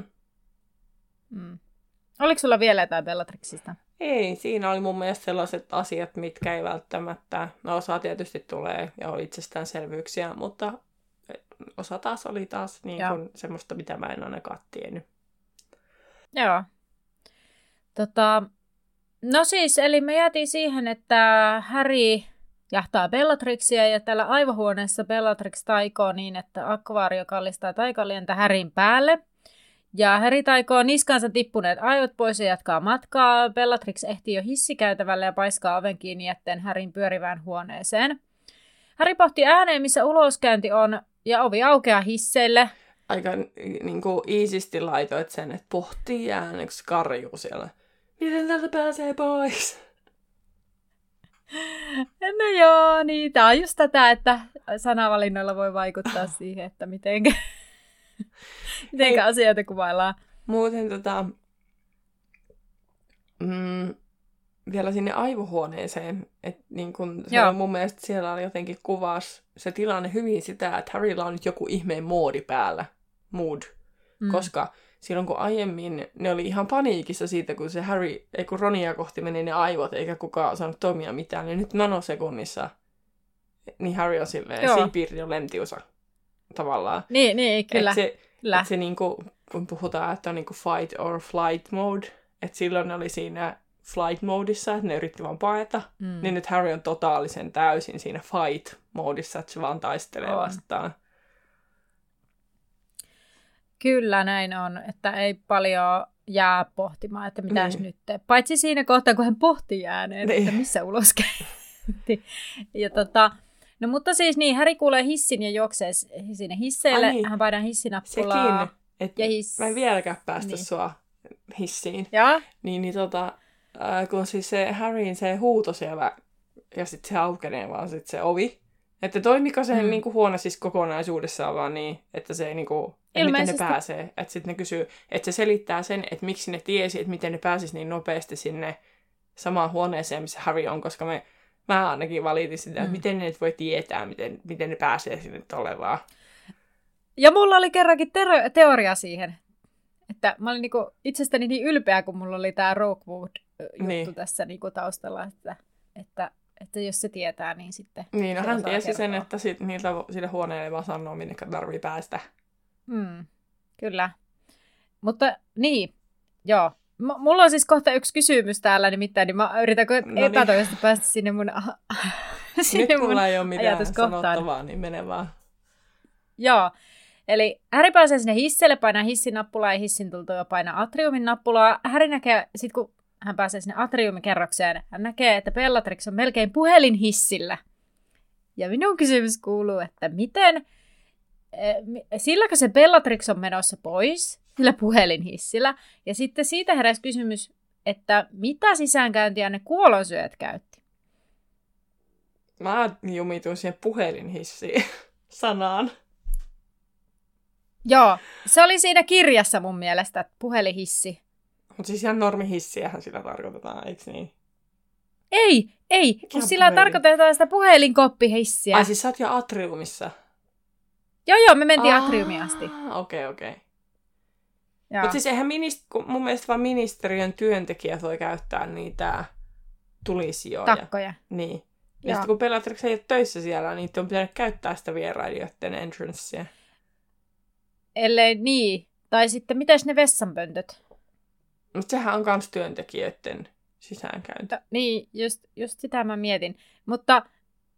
Mm. Oliko sulla vielä jotain Bellatrixista? Ei, siinä oli mun mielestä sellaiset asiat, mitkä ei välttämättä, no osa tietysti tulee ja on itsestäänselvyyksiä, mutta osa taas oli taas niin kuin semmoista, mitä mä en ainakaan tiennyt. Joo. Tota, no siis, eli me jäätiin siihen, että Harry jahtaa Bellatrixia ja täällä aivohuoneessa Bellatrix taikoo niin, että akvaario kallistaa taikalientä Harryn päälle. Ja Harry taikoo niskansa tippuneet aivot pois ja jatkaa matkaa. Bellatrix ehtii jo hissikäytävälle ja paiskaa oven kiinni jätteen Harryn pyörivään huoneeseen. Harry pohti ääneen, missä uloskäynti on, ja ovi aukeaa hisseille. Aika niin kuin iisisti laitoit sen, että pohtii ääneen, kun se karjuu siellä. Miten täältä pääsee pois? No joo, niin tää on just tätä, että sanavalinnoilla voi vaikuttaa siihen, että mitenkä... Mitenkä asioita kuvaillaan? Muuten tota, mm, vielä sinne aivohuoneeseen. Että niin kun, se on mun mielestä siellä oli jotenkin kuvas se tilanne hyvin sitä, että Harrylla on nyt joku ihmeen moodi päällä. Mood. Mm. Koska silloin kun aiemmin ne oli ihan paniikissa siitä, kun se Harry, ei kun Ronia kohti meni ne aivot, eikä kukaan osannut toimia mitään, niin nyt nanosekunnissa niin Harry on silleen siipiirti on lentiusa tavallaan. Niin, niin kyllä. Että se, kyllä. Et se niinku, kun puhutaan, että on niinku fight or flight mode, että silloin ne oli siinä flight modissa, että ne yritti vaan paeta, mm. niin nyt Harry on totaalisen täysin siinä fight modissa, että se vaan taistelee on. vastaan. Kyllä näin on, että ei paljon jää pohtimaan, että mitäs niin. nyt te. Paitsi siinä kohtaa, kun hän pohtii ääneen, niin. että missä ulos käytti. Ja tota, no mutta siis niin, Harry kuulee hissin ja juoksee sinne hisseille. Niin. Hän painaa hissinappulaa. Sekin, että hiss... mä en vieläkään päästä niin. sua hissiin. Ja? Niin, niin tota, äh, kun siis se Harryn se huuto siellä, ja sitten se aukenee vaan sit se ovi. Että toimiko se mm. niinku huone siis kokonaisuudessaan vaan niin, että se ei niinku... Että miten ne pääsee. Että sitten ne kysyy, että se selittää sen, että miksi ne tiesi, että miten ne pääsis niin nopeasti sinne samaan huoneeseen, missä Harry on, koska me, mä ainakin valitin sitä, että mm. miten ne nyt voi tietää, miten, miten ne pääsee sinne tolle vaan. Ja mulla oli kerrankin ter- teoria siihen, että mä olin niinku itsestäni niin ylpeä, kun mulla oli tää Rookwood-juttu niin. tässä niinku taustalla, että, että, että jos se tietää, niin sitten... Niin, no hän tiesi sen, että sit, niiltä, sille huoneelle vaan sanoo, minne tarvii päästä. Mm, kyllä. Mutta niin, joo. M- mulla on siis kohta yksi kysymys täällä nimittäin, niin mä yritän no epätoivoisesti niin. päästä sinne mun, sinne Nyt mun mulla ei ole mitään sanottavaa, niin mene vaan. Joo. Eli Harry pääsee sinne hisselle, painaa hissin nappulaa ja hissin tultua painaa atriumin nappulaa. Harry näkee, sit kun hän pääsee sinne atriumikerrokseen, hän näkee, että Bellatrix on melkein puhelinhissillä. Ja minun kysymys kuuluu, että miten... Silläkö se Bellatrix on menossa pois, sillä puhelinhissillä, ja sitten siitä heräsi kysymys, että mitä sisäänkäyntiä ne kuolonsyöt käytti? Mä jumituin siihen puhelinhissiin sanaan. Joo, se oli siinä kirjassa mun mielestä, että puhelinhissi. Mutta siis ihan normihissiähän sillä tarkoitetaan, eikö niin? Ei, ei, kun sillä puhelin. tarkoitetaan sitä puhelinkoppihissiä. Ai siis sä oot jo atriumissa? Joo, joo, me mentiin atriumiin asti. Okei, okay, okei. Okay. Mutta siis eihän minist- mun mielestä vaan ministeriön työntekijät voi käyttää niitä tulisijoja. Takkoja. Niin. Ja sitten kun Bellatrix ei ole töissä siellä, niin on pitänyt käyttää sitä vierailijoiden entrancea. Ellei niin. Tai sitten, mitäs ne vessanpöntöt? Mutta sehän on kans työntekijöiden sisäänkäynti. Niin, just, just sitä mä mietin. Mutta...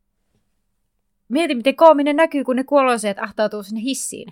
Mieti, miten koominen näkyy, kun ne kuolonsyöt ahtautuu sinne hissiin.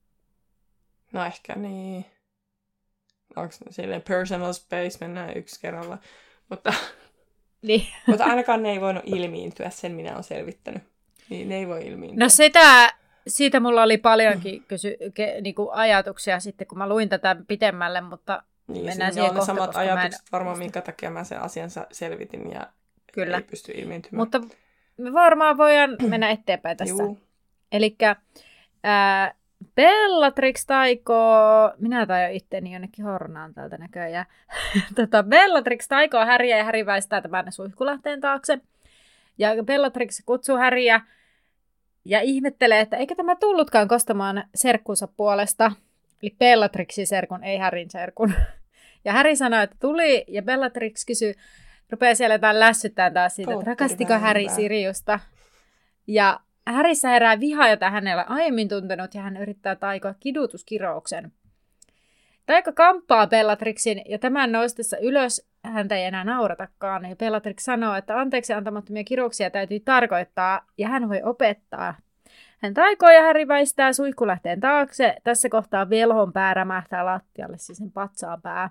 No ehkä niin. Onko silleen personal space, mennään yksi kerralla. Mutta, niin. mutta ainakaan ne ei voinut ilmiintyä, sen minä olen selvittänyt. Niin ne ei voi ilmiintyä. No sitä, siitä mulla oli paljonkin kysy, ke, niinku ajatuksia sitten, kun mä luin tätä pitemmälle, mutta niin, mennään siihen kohta. Ne samat ajatukset en... varmaan, minkä takia mä sen asiansa selvitin ja Kyllä. ei pysty ilmiintymään. Mutta me varmaan voidaan mennä eteenpäin tässä. Elikkä ää, Bellatrix taikoo... Minä tajon itteni jonnekin hornaan täältä näköjään. tota, Bellatrix taikoo Harryä ja Harry väistää tämän suihkulahteen taakse. Ja Bellatrix kutsuu Harryä ja ihmettelee, että eikä tämä tullutkaan kostamaan serkkunsa puolesta. Eli Bellatrixin serkun, ei Harryn serkun. Ja Harry sanoo, että tuli, ja Bellatrix kysyy, rupeaa siellä jotain lässyttää taas siitä, että rakastiko Harry Siriusta. Ja Harryssä herää viha, jota hän ei ole aiemmin tuntenut, ja hän yrittää taikoa kidutuskirouksen. Taika kamppaa Bellatrixin, ja tämän noustessa ylös häntä ei enää nauratakaan. Ja Bellatrix sanoo, että anteeksi antamattomia kirouksia täytyy tarkoittaa, ja hän voi opettaa. Hän taikoo ja Harry väistää suihkulähteen taakse. Tässä kohtaa velhon pää rämähtää lattialle, siis sen patsaan pää.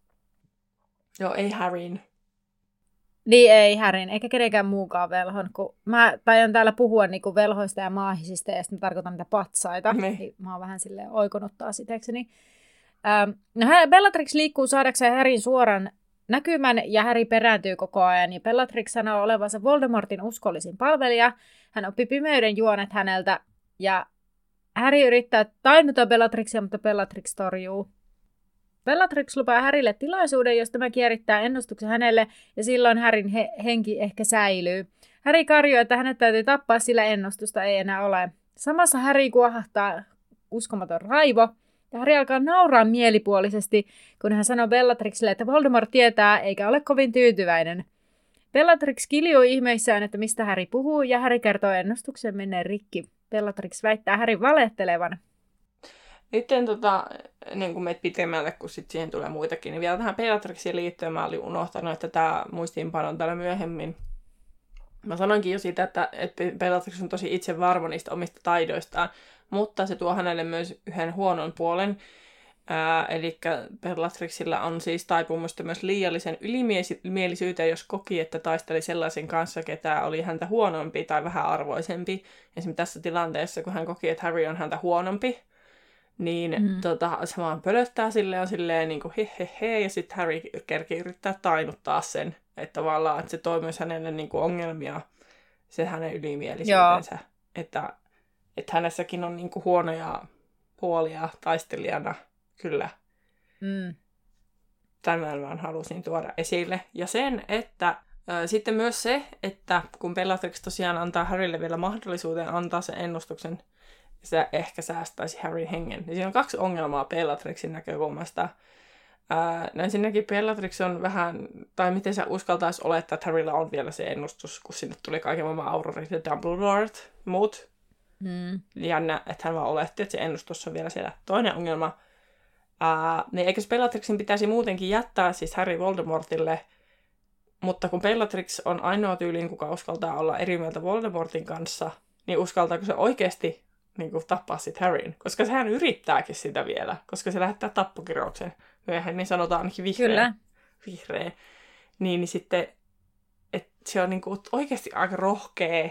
Joo, ei Harryn. Niin ei Harryn, eikä kenenkään muukaan velhon. Kun mä taidan täällä puhua niinku velhoista ja maahisista, ja sitten tarkoitan niitä patsaita. Niin mä oon vähän silleen oikonut taas itekseni. Ähm, no, Bellatrix liikkuu saadakseen Harryn suoran näkymän, ja Harry perääntyy koko ajan. Ja Bellatrix sanoo olevansa Voldemortin uskollisin palvelija. Hän oppi pimeyden juonet häneltä, ja Harry yrittää tainnuta Bellatrixia, mutta Bellatrix torjuu. Bellatrix lupaa Harrylle tilaisuuden, jos tämä kierrittää ennustuksen hänelle, ja silloin Harryn he- henki ehkä säilyy. Harry karjoo, että hänet täytyy tappaa, sillä ennustusta ei enää ole. Samassa Harry kuohahtaa uskomaton raivo, ja Harry alkaa nauraa mielipuolisesti, kun hän sanoo Bellatrixille, että Voldemort tietää, eikä ole kovin tyytyväinen. Bellatrix kiljuu ihmeissään, että mistä Harry puhuu, ja Harry kertoo ennustuksen menneen rikki. Bellatrix väittää Harryn valehtelevan. Nyt tota, niin kuin meitä pitemmälle, kun sit siihen tulee muitakin, niin vielä tähän Bellatrixiin liittyen mä olin unohtanut, että tämä muistiinpano on täällä myöhemmin. Mä sanoinkin jo siitä, että, että Bellatrix on tosi itse varma niistä omista taidoistaan, mutta se tuo hänelle myös yhden huonon puolen. Ää, eli Bellatrixilla on siis taipumusta myös liiallisen ylimielisyyteen, jos koki, että taisteli sellaisen kanssa, ketä oli häntä huonompi tai vähän arvoisempi. Esimerkiksi tässä tilanteessa, kun hän koki, että Harry on häntä huonompi, niin mm. tota, se vaan pölöttää silleen ja silleen niin kuin he he he, ja sitten Harry kerkii yrittää tainuttaa sen, että tavallaan että se toi myös hänelle niin kuin ongelmia, se hänen ylimielisyytensä, että, että hänessäkin on niin kuin huonoja puolia taistelijana, kyllä. Mm. Tämän vaan halusin tuoda esille. Ja sen, että äh, sitten myös se, että kun Bellatrix tosiaan antaa Harrylle vielä mahdollisuuden antaa sen ennustuksen, se ehkä säästäisi Harryn hengen. Ja siinä on kaksi ongelmaa Bellatrixin näkökulmasta. Ää, ensinnäkin Bellatrix on vähän, tai miten sä uskaltaisi olettaa, että Harrylla on vielä se ennustus, kun sinne tuli kaiken maailman Aurorit ja Dumbledore, muut. Mm. Jännä, että hän vaan oletti, että se ennustus on vielä siellä. Toinen ongelma, ää, niin eikö Bellatrixin pitäisi muutenkin jättää siis Harry Voldemortille, mutta kun Bellatrix on ainoa tyyliin, kuka uskaltaa olla eri mieltä Voldemortin kanssa, niin uskaltaako se oikeasti niin kuin tappaa sit Harryn, koska sehän yrittääkin sitä vielä, koska se lähettää tappokirjouksen myöhemmin, niin sanotaan ainakin vihreä. Kyllä. Vihreä. Niin, niin sitten, että se on niin kuin oikeasti aika rohkea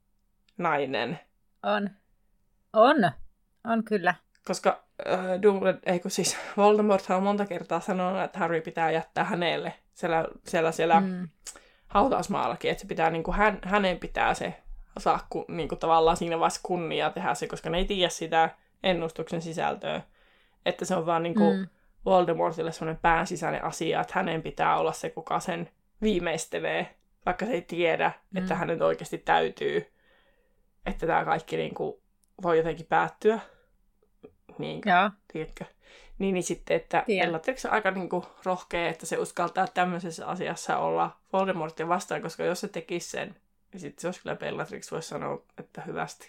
nainen. On. On. On kyllä. Koska äh, Dumbledore, ei kun siis Voldemort on monta kertaa sanonut, että Harry pitää jättää hänelle siellä, siellä, siellä mm. hautausmaallakin, että se pitää, niin kuin hän, hänen pitää se saa ku, niin kuin tavallaan siinä vaiheessa kunniaa tehdä se, koska ne ei tiedä sitä ennustuksen sisältöä. Että se on vaan niin kuin mm. Voldemortille semmoinen päänsisäinen asia, että hänen pitää olla se, kuka sen viimeistelee, vaikka se ei tiedä, mm. että hänen oikeasti täytyy, että tämä kaikki niin kuin voi jotenkin päättyä. Niinkö? Joo. Tiedätkö? Niin, niin sitten, että Bellatrix on aika niin kuin rohkea, että se uskaltaa tämmöisessä asiassa olla Voldemortia vastaan, koska jos se tekisi sen, ja sitten se olisi kyllä Bellatrix, voisi sanoa, että hyvästi.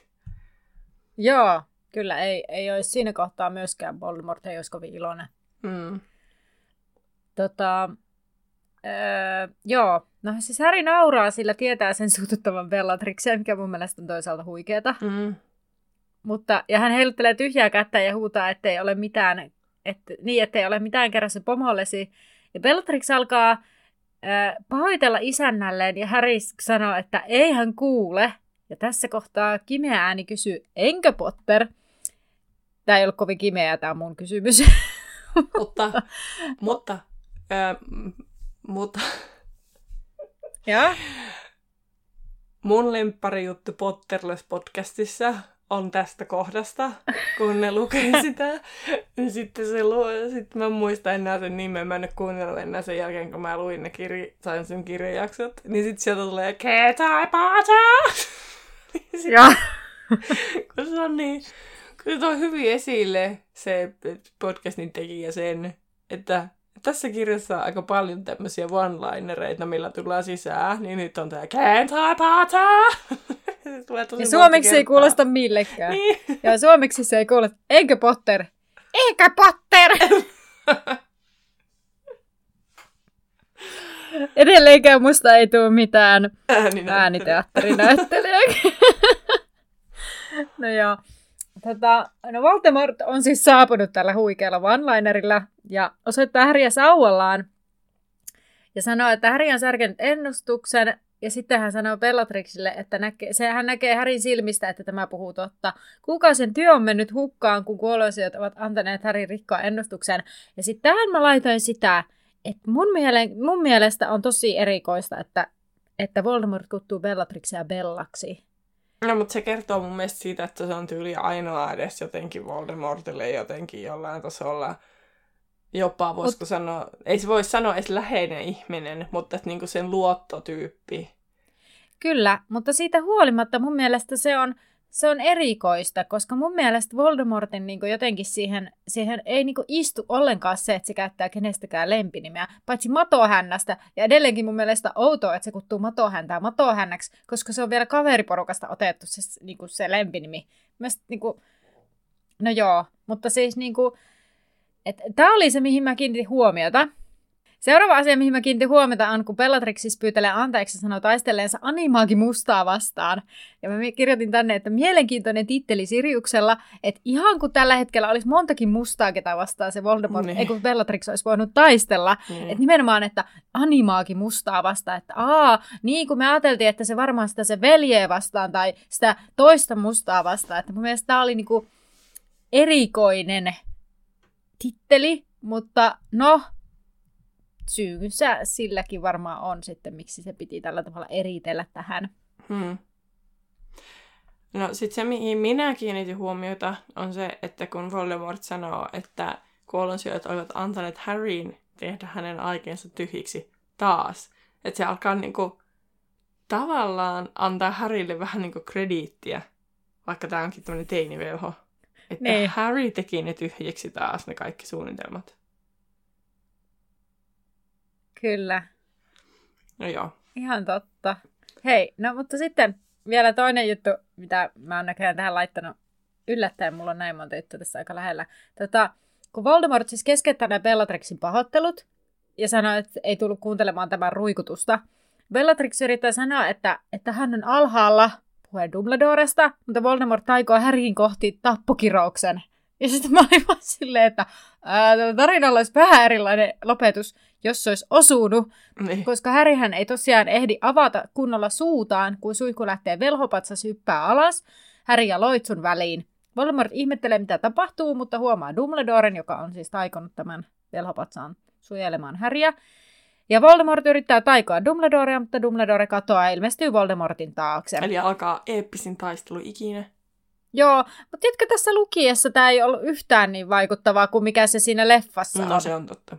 Joo, kyllä ei, ei olisi siinä kohtaa myöskään Voldemort, ei olisi kovin iloinen. Mm. Tota, öö, joo, no siis Harry nauraa, sillä tietää sen suututtavan Bellatrixia, mikä mun mielestä on toisaalta huikeeta. Mm. Mutta, ja hän heiluttelee tyhjää kättä ja huutaa, ettei ole mitään, että, niin, ettei ole mitään kerrassa pomollesi. Ja Bellatrix alkaa pahoitella isännälleen ja Harry sanoo, että ei hän kuule. Ja tässä kohtaa kimeä ääni kysyy, enkö Potter? Tämä ei ollut kovin kimeä, tämä on mun kysymys. Mutta, mutta, äh, mutta, ja? Mun lemppari-juttu Potterless-podcastissa on tästä kohdasta, kun ne lukee sitä. Niin sitten se luo, sitten mä muistan enää sen nimen, mä en ole kuunnellut enää sen jälkeen, kun mä luin ne kirja, sain sen kirjajaksot. Niin sitten sieltä tulee Cat Eye Potter! Ja. Kun se on niin, kun se toi hyvin esille se podcastin tekijä sen, että tässä kirjassa on aika paljon tämmöisiä one-linereita, millä tullaan sisään, niin nyt on tää Cat Eye Potter! Ja suomeksi se ei kuulosta millekään. Niin. Ja suomeksi se ei kuulosta, eikö Potter? Eikö Potter? Edelleenkään musta ei tule mitään ääniteatterinäyttelijäkin. No joo. Tota, no Voldemort on siis saapunut tällä huikealla one-linerilla ja osoittaa Harryä sauvallaan. Ja sanoo, että Harry on särkenyt ennustuksen. Ja sitten hän sanoo Bellatrixille, että näkee, se, hän näkee Harryn silmistä, että tämä puhuu totta. Kuukausien työ on mennyt hukkaan, kun kuoloisijat ovat antaneet Harryn rikkoa ennustuksen. Ja sitten tähän mä laitoin sitä, että mun, miele, mun mielestä on tosi erikoista, että, että Voldemort kutsuu Bellatrixia Bellaksi. No, mutta se kertoo mun mielestä siitä, että se on tyyli ainoa edes jotenkin Voldemortille jotenkin jollain tasolla Jopa voisiko Mut... sanoa, ei se voi sanoa edes läheinen ihminen, mutta että niinku sen luottotyyppi. Kyllä, mutta siitä huolimatta mun mielestä se on, se on erikoista, koska mun mielestä Voldemortin niin kuin jotenkin siihen, siihen ei niin kuin istu ollenkaan se, että se käyttää kenestäkään lempinimeä, paitsi Matohännästä. Ja edelleenkin mun mielestä outoa, että se kuttuu Matohäntää Matohännäksi, koska se on vielä kaveriporukasta otettu se, niin kuin se lempinimi. Mielestäni, niin kuin, no joo, mutta siis niin kuin, että tämä oli se, mihin mä kiinnitin huomiota. Seuraava asia, mihin mä kiinnitin huomiota, on, kun Bellatrix siis pyytelee anteeksi ja sanoo taistelleensa Animaakin mustaa vastaan. Ja mä kirjoitin tänne, että mielenkiintoinen titteli Siriuksella, että ihan kun tällä hetkellä olisi montakin mustaa, ketä vastaan se Voldemort, niin. ei kun Bellatrix olisi voinut taistella. Niin. Että nimenomaan, että Animaakin mustaa vastaan, että aa, niin kuin me ajateltiin, että se varmaan sitä se veljeä vastaan tai sitä toista mustaa vastaan. Että mun mielestä tämä oli niinku erikoinen titteli, mutta no... Syynsä silläkin varmaan on sitten, miksi se piti tällä tavalla eritellä tähän. Hmm. No sit se, mihin minä kiinnitin huomiota, on se, että kun Voldemort sanoo, että kuollonsyöjät olivat antaneet Harryn tehdä hänen aikeensa tyhjiksi taas. Että se alkaa niinku tavallaan antaa Harrylle vähän niinku krediittiä, vaikka tää onkin tämmönen teinivelho. Että ne. Harry teki ne tyhjiksi taas, ne kaikki suunnitelmat. Kyllä. No joo. Ihan totta. Hei, no mutta sitten vielä toinen juttu, mitä mä oon näköjään tähän laittanut. Yllättäen mulla on näin monta juttua tässä aika lähellä. Tota, kun Voldemort siis keskeyttää nämä Bellatrixin pahoittelut ja sanoo, että ei tullut kuuntelemaan tämän ruikutusta. Bellatrix yrittää sanoa, että, että hän on alhaalla puheen Dumbledoresta, mutta Voldemort taikoo Harryn kohti tappokirouksen. Ja sitten mä olin vaan silleen, että ää, tällä tarinalla olisi vähän erilainen lopetus, jos se olisi osunut, niin. Koska Harryhän ei tosiaan ehdi avata kunnolla suutaan, kun suihku lähtee velhopatsas hyppää alas Harry ja Loitsun väliin. Voldemort ihmettelee, mitä tapahtuu, mutta huomaa Dumbledoren, joka on siis taikonut tämän velhopatsaan suojelemaan Harryä. Ja Voldemort yrittää taikoa Dumbledorea, mutta Dumbledore katoaa ja ilmestyy Voldemortin taakse. Eli alkaa eeppisin taistelu ikinä. Joo, mutta tiedätkö, tässä lukiessa tämä ei ollut yhtään niin vaikuttavaa kuin mikä se siinä leffassa on. No se on totta.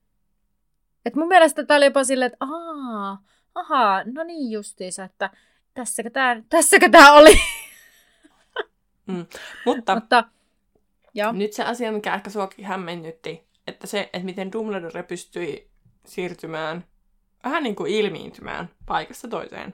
Et mun mielestä tämä oli jopa silleen, että ahaa, ahaa, no niin justiinsa, että tässäkö tämä tässäkö tää oli. Mm. Mutta, mutta jo. Nyt se asia, mikä ehkä suakin hämmennytti, että se, että miten Dumbledore pystyi siirtymään, vähän niin kuin ilmiintymään paikasta toiseen.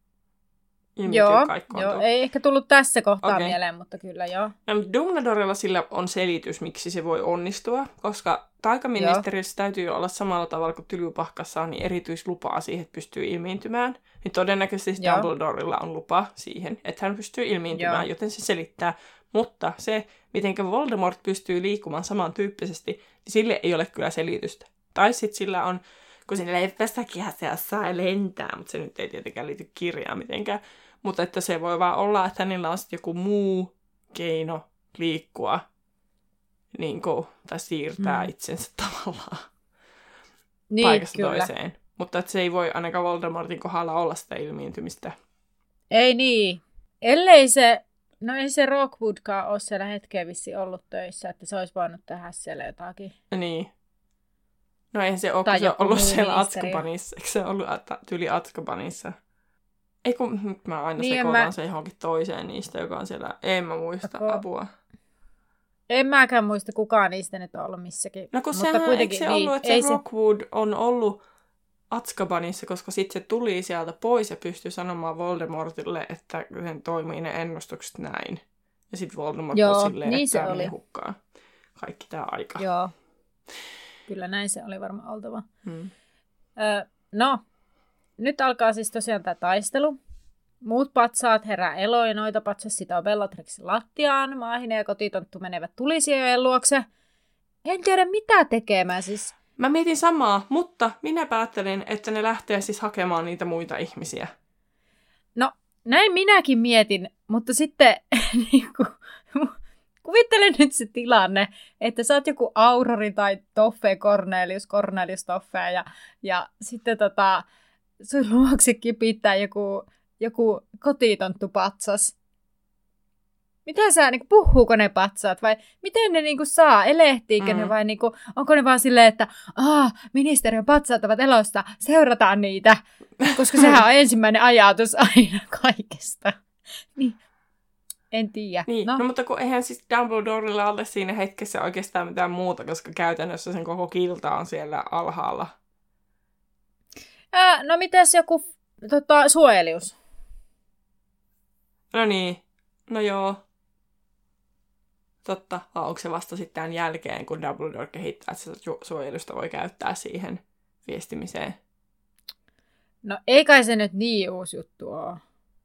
Joo, joo, ei ehkä tullut tässä kohtaa okay. mieleen, mutta kyllä joo. No, Dumbledorella sillä on selitys, miksi se voi onnistua, koska taikaministeriössä täytyy olla samalla tavalla kuin Tylypahkassa on niin erityislupaa siihen, että pystyy ilmiintymään. Niin todennäköisesti joo. Dumbledorella on lupa siihen, että hän pystyy ilmiintymään, joo. joten se selittää. Mutta se, miten Voldemort pystyy liikkumaan samantyyppisesti, niin sille ei ole kyllä selitystä. Tai sitten sillä on, kun siinä leffassakin se saa lentää, mutta se nyt ei tietenkään liity kirjaan mitenkään. Mutta että se voi vaan olla, että hänellä on sitten joku muu keino liikkua niin kuin, tai siirtää mm. itsensä tavallaan niin, paikasta kyllä. toiseen. Mutta että se ei voi ainakaan Voldemortin kohdalla olla sitä ilmiintymistä. Ei niin. Ellei se, no ei se Rockwoodkaan ole siellä hetkeä vissi ollut töissä, että se olisi voinut tehdä siellä jotakin. Niin. No eihän se ole, se on ollut siellä Azkabanissa. Eikö se ollut tyyli Azkabanissa? Ei kun mä aina niin sekoitan mä... se johonkin toiseen niistä, joka on siellä. En mä muista Ako... apua. En mäkään muista, kukaan niistä nyt on ollut missäkin. No kun sehän, eikö se ollut, että se Rockwood se... on ollut Azkabanissa, koska sitten se tuli sieltä pois ja pystyi sanomaan Voldemortille, että sen toimii ne ennustukset näin. Ja sitten Voldemort Joo, on silleen, niin että oli. hukkaa kaikki tää aika. Joo, kyllä näin se oli varmaan oltava. Hmm. Ö, no, nyt alkaa siis tosiaan tämä taistelu. Muut patsaat herää eloon ja noita patsas sitoo Bellatrixin lattiaan. Maahine ja kotitonttu menevät tulisijojen luokse. En tiedä mitä tekemään siis. Mä mietin samaa, mutta minä päättelin, että ne lähtee siis hakemaan niitä muita ihmisiä. No, näin minäkin mietin, mutta sitten niinku, kuvittelen nyt se tilanne, että sä oot joku Aurori tai Toffe Cornelius, Cornelius Toffe ja, ja sitten tota, sun luokse kipittää joku, joku kotitonttu patsas. Mitä sä, niin kuin, puhuuko ne patsaat vai miten ne niin kuin, saa, elehtiikö mm. ne vai niin kuin, onko ne vaan silleen, että aah, ministeriön patsaat ovat elossa, seurataan niitä, koska sehän on ensimmäinen ajatus aina kaikesta. Niin. En tiedä. Niin, no. no mutta kun eihän siis Dumbledorella ole siinä hetkessä oikeastaan mitään muuta, koska käytännössä sen koko kilta on siellä alhaalla. Ää, no mitäs joku tota, suojelius? No niin, no joo. Totta, vai onko se vasta sitten tämän jälkeen, kun Dumbledore kehittää, että sitä suojelusta voi käyttää siihen viestimiseen? No ei kai se nyt niin uusi juttu ole.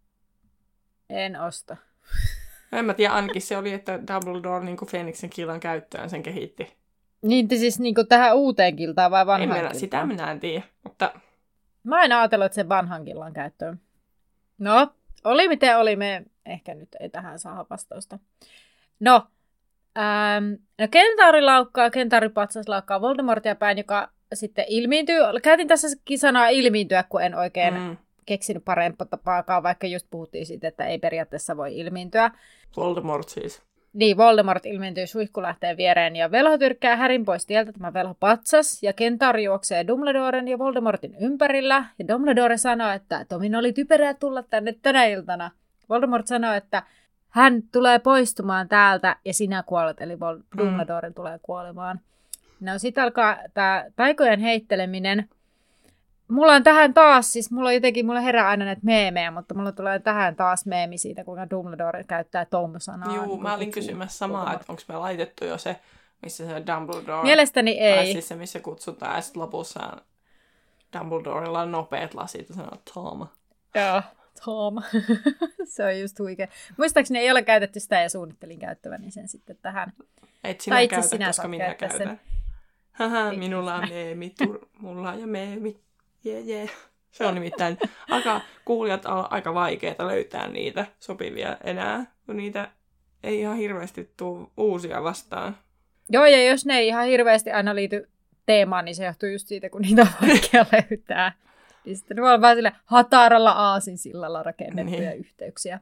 En osta. En mä tiedä, ainakin se oli, että Dumbledore niin kuin Fenixin killan käyttöön sen kehitti. Niin, siis niin kuin tähän uuteen kiltaan vai vanhaan en kiltaan? Sitä minä en tiedä, mutta... Mä en ajatellut, että sen vanhan killan käyttöön. No, oli miten oli, me ehkä nyt ei tähän saa vastausta. No, ähm, no Kentauri laukkaa, Kentauri patsas laukkaa Voldemortia päin, joka sitten ilmiintyy. Käytin tässäkin sanaa ilmiintyä, kun en oikein... Mm. keksinyt parempaa tapaakaan, vaikka just puhuttiin siitä, että ei periaatteessa voi ilmiintyä. Voldemort siis. Niin, Voldemort ilmiintyy suihkulähteen viereen ja velho tyrkkää Härin pois tieltä, tämä velho patsas, ja Kentauri juoksee Dumbledoren ja Voldemortin ympärillä, ja Dumbledore sanoo, että Tomin oli typerää tulla tänne tänä iltana. Voldemort sanoo, että hän tulee poistumaan täältä, ja sinä kuolet, eli Vol- Dumbledore mm. tulee kuolemaan. No sit alkaa tämä taikojen heitteleminen. Mulla on tähän taas, siis mulla on jotenkin, mulla herää aina näitä meemejä, mutta mulla tulee tähän taas meemi siitä, kuinka Dumbledore käyttää Tom-sanaa. Joo, niin mä olin kysymässä samaa, että onko me laitettu jo se, missä se Dumbledore... Mielestäni ei. Tai siis se, missä kutsutaan, ja sitten lopussa Dumbledorella on nopeat lasit ja sanoo Tom. Joo, Tom. Se on just huikea. Muistaakseni ei ole käytetty sitä ja suunnittelin käyttäväni sen sitten tähän. Et sinä tai käytä, sinä koska minä käytän. Sen. Haha, minulla on meemi, tur- mulla on ja meemi. Jee, jee. Se on nimittäin aika, kuulijat on aika vaikeaa löytää niitä sopivia enää, kun niitä ei ihan hirveästi tule uusia vastaan. Joo, ja jos ne ei ihan hirveästi aina liity teemaan, niin se johtuu just siitä, kun niitä on vaikea löytää. Niin sitten ne on vaan sille hataralla aasinsillalla rakennettuja niin. yhteyksiä.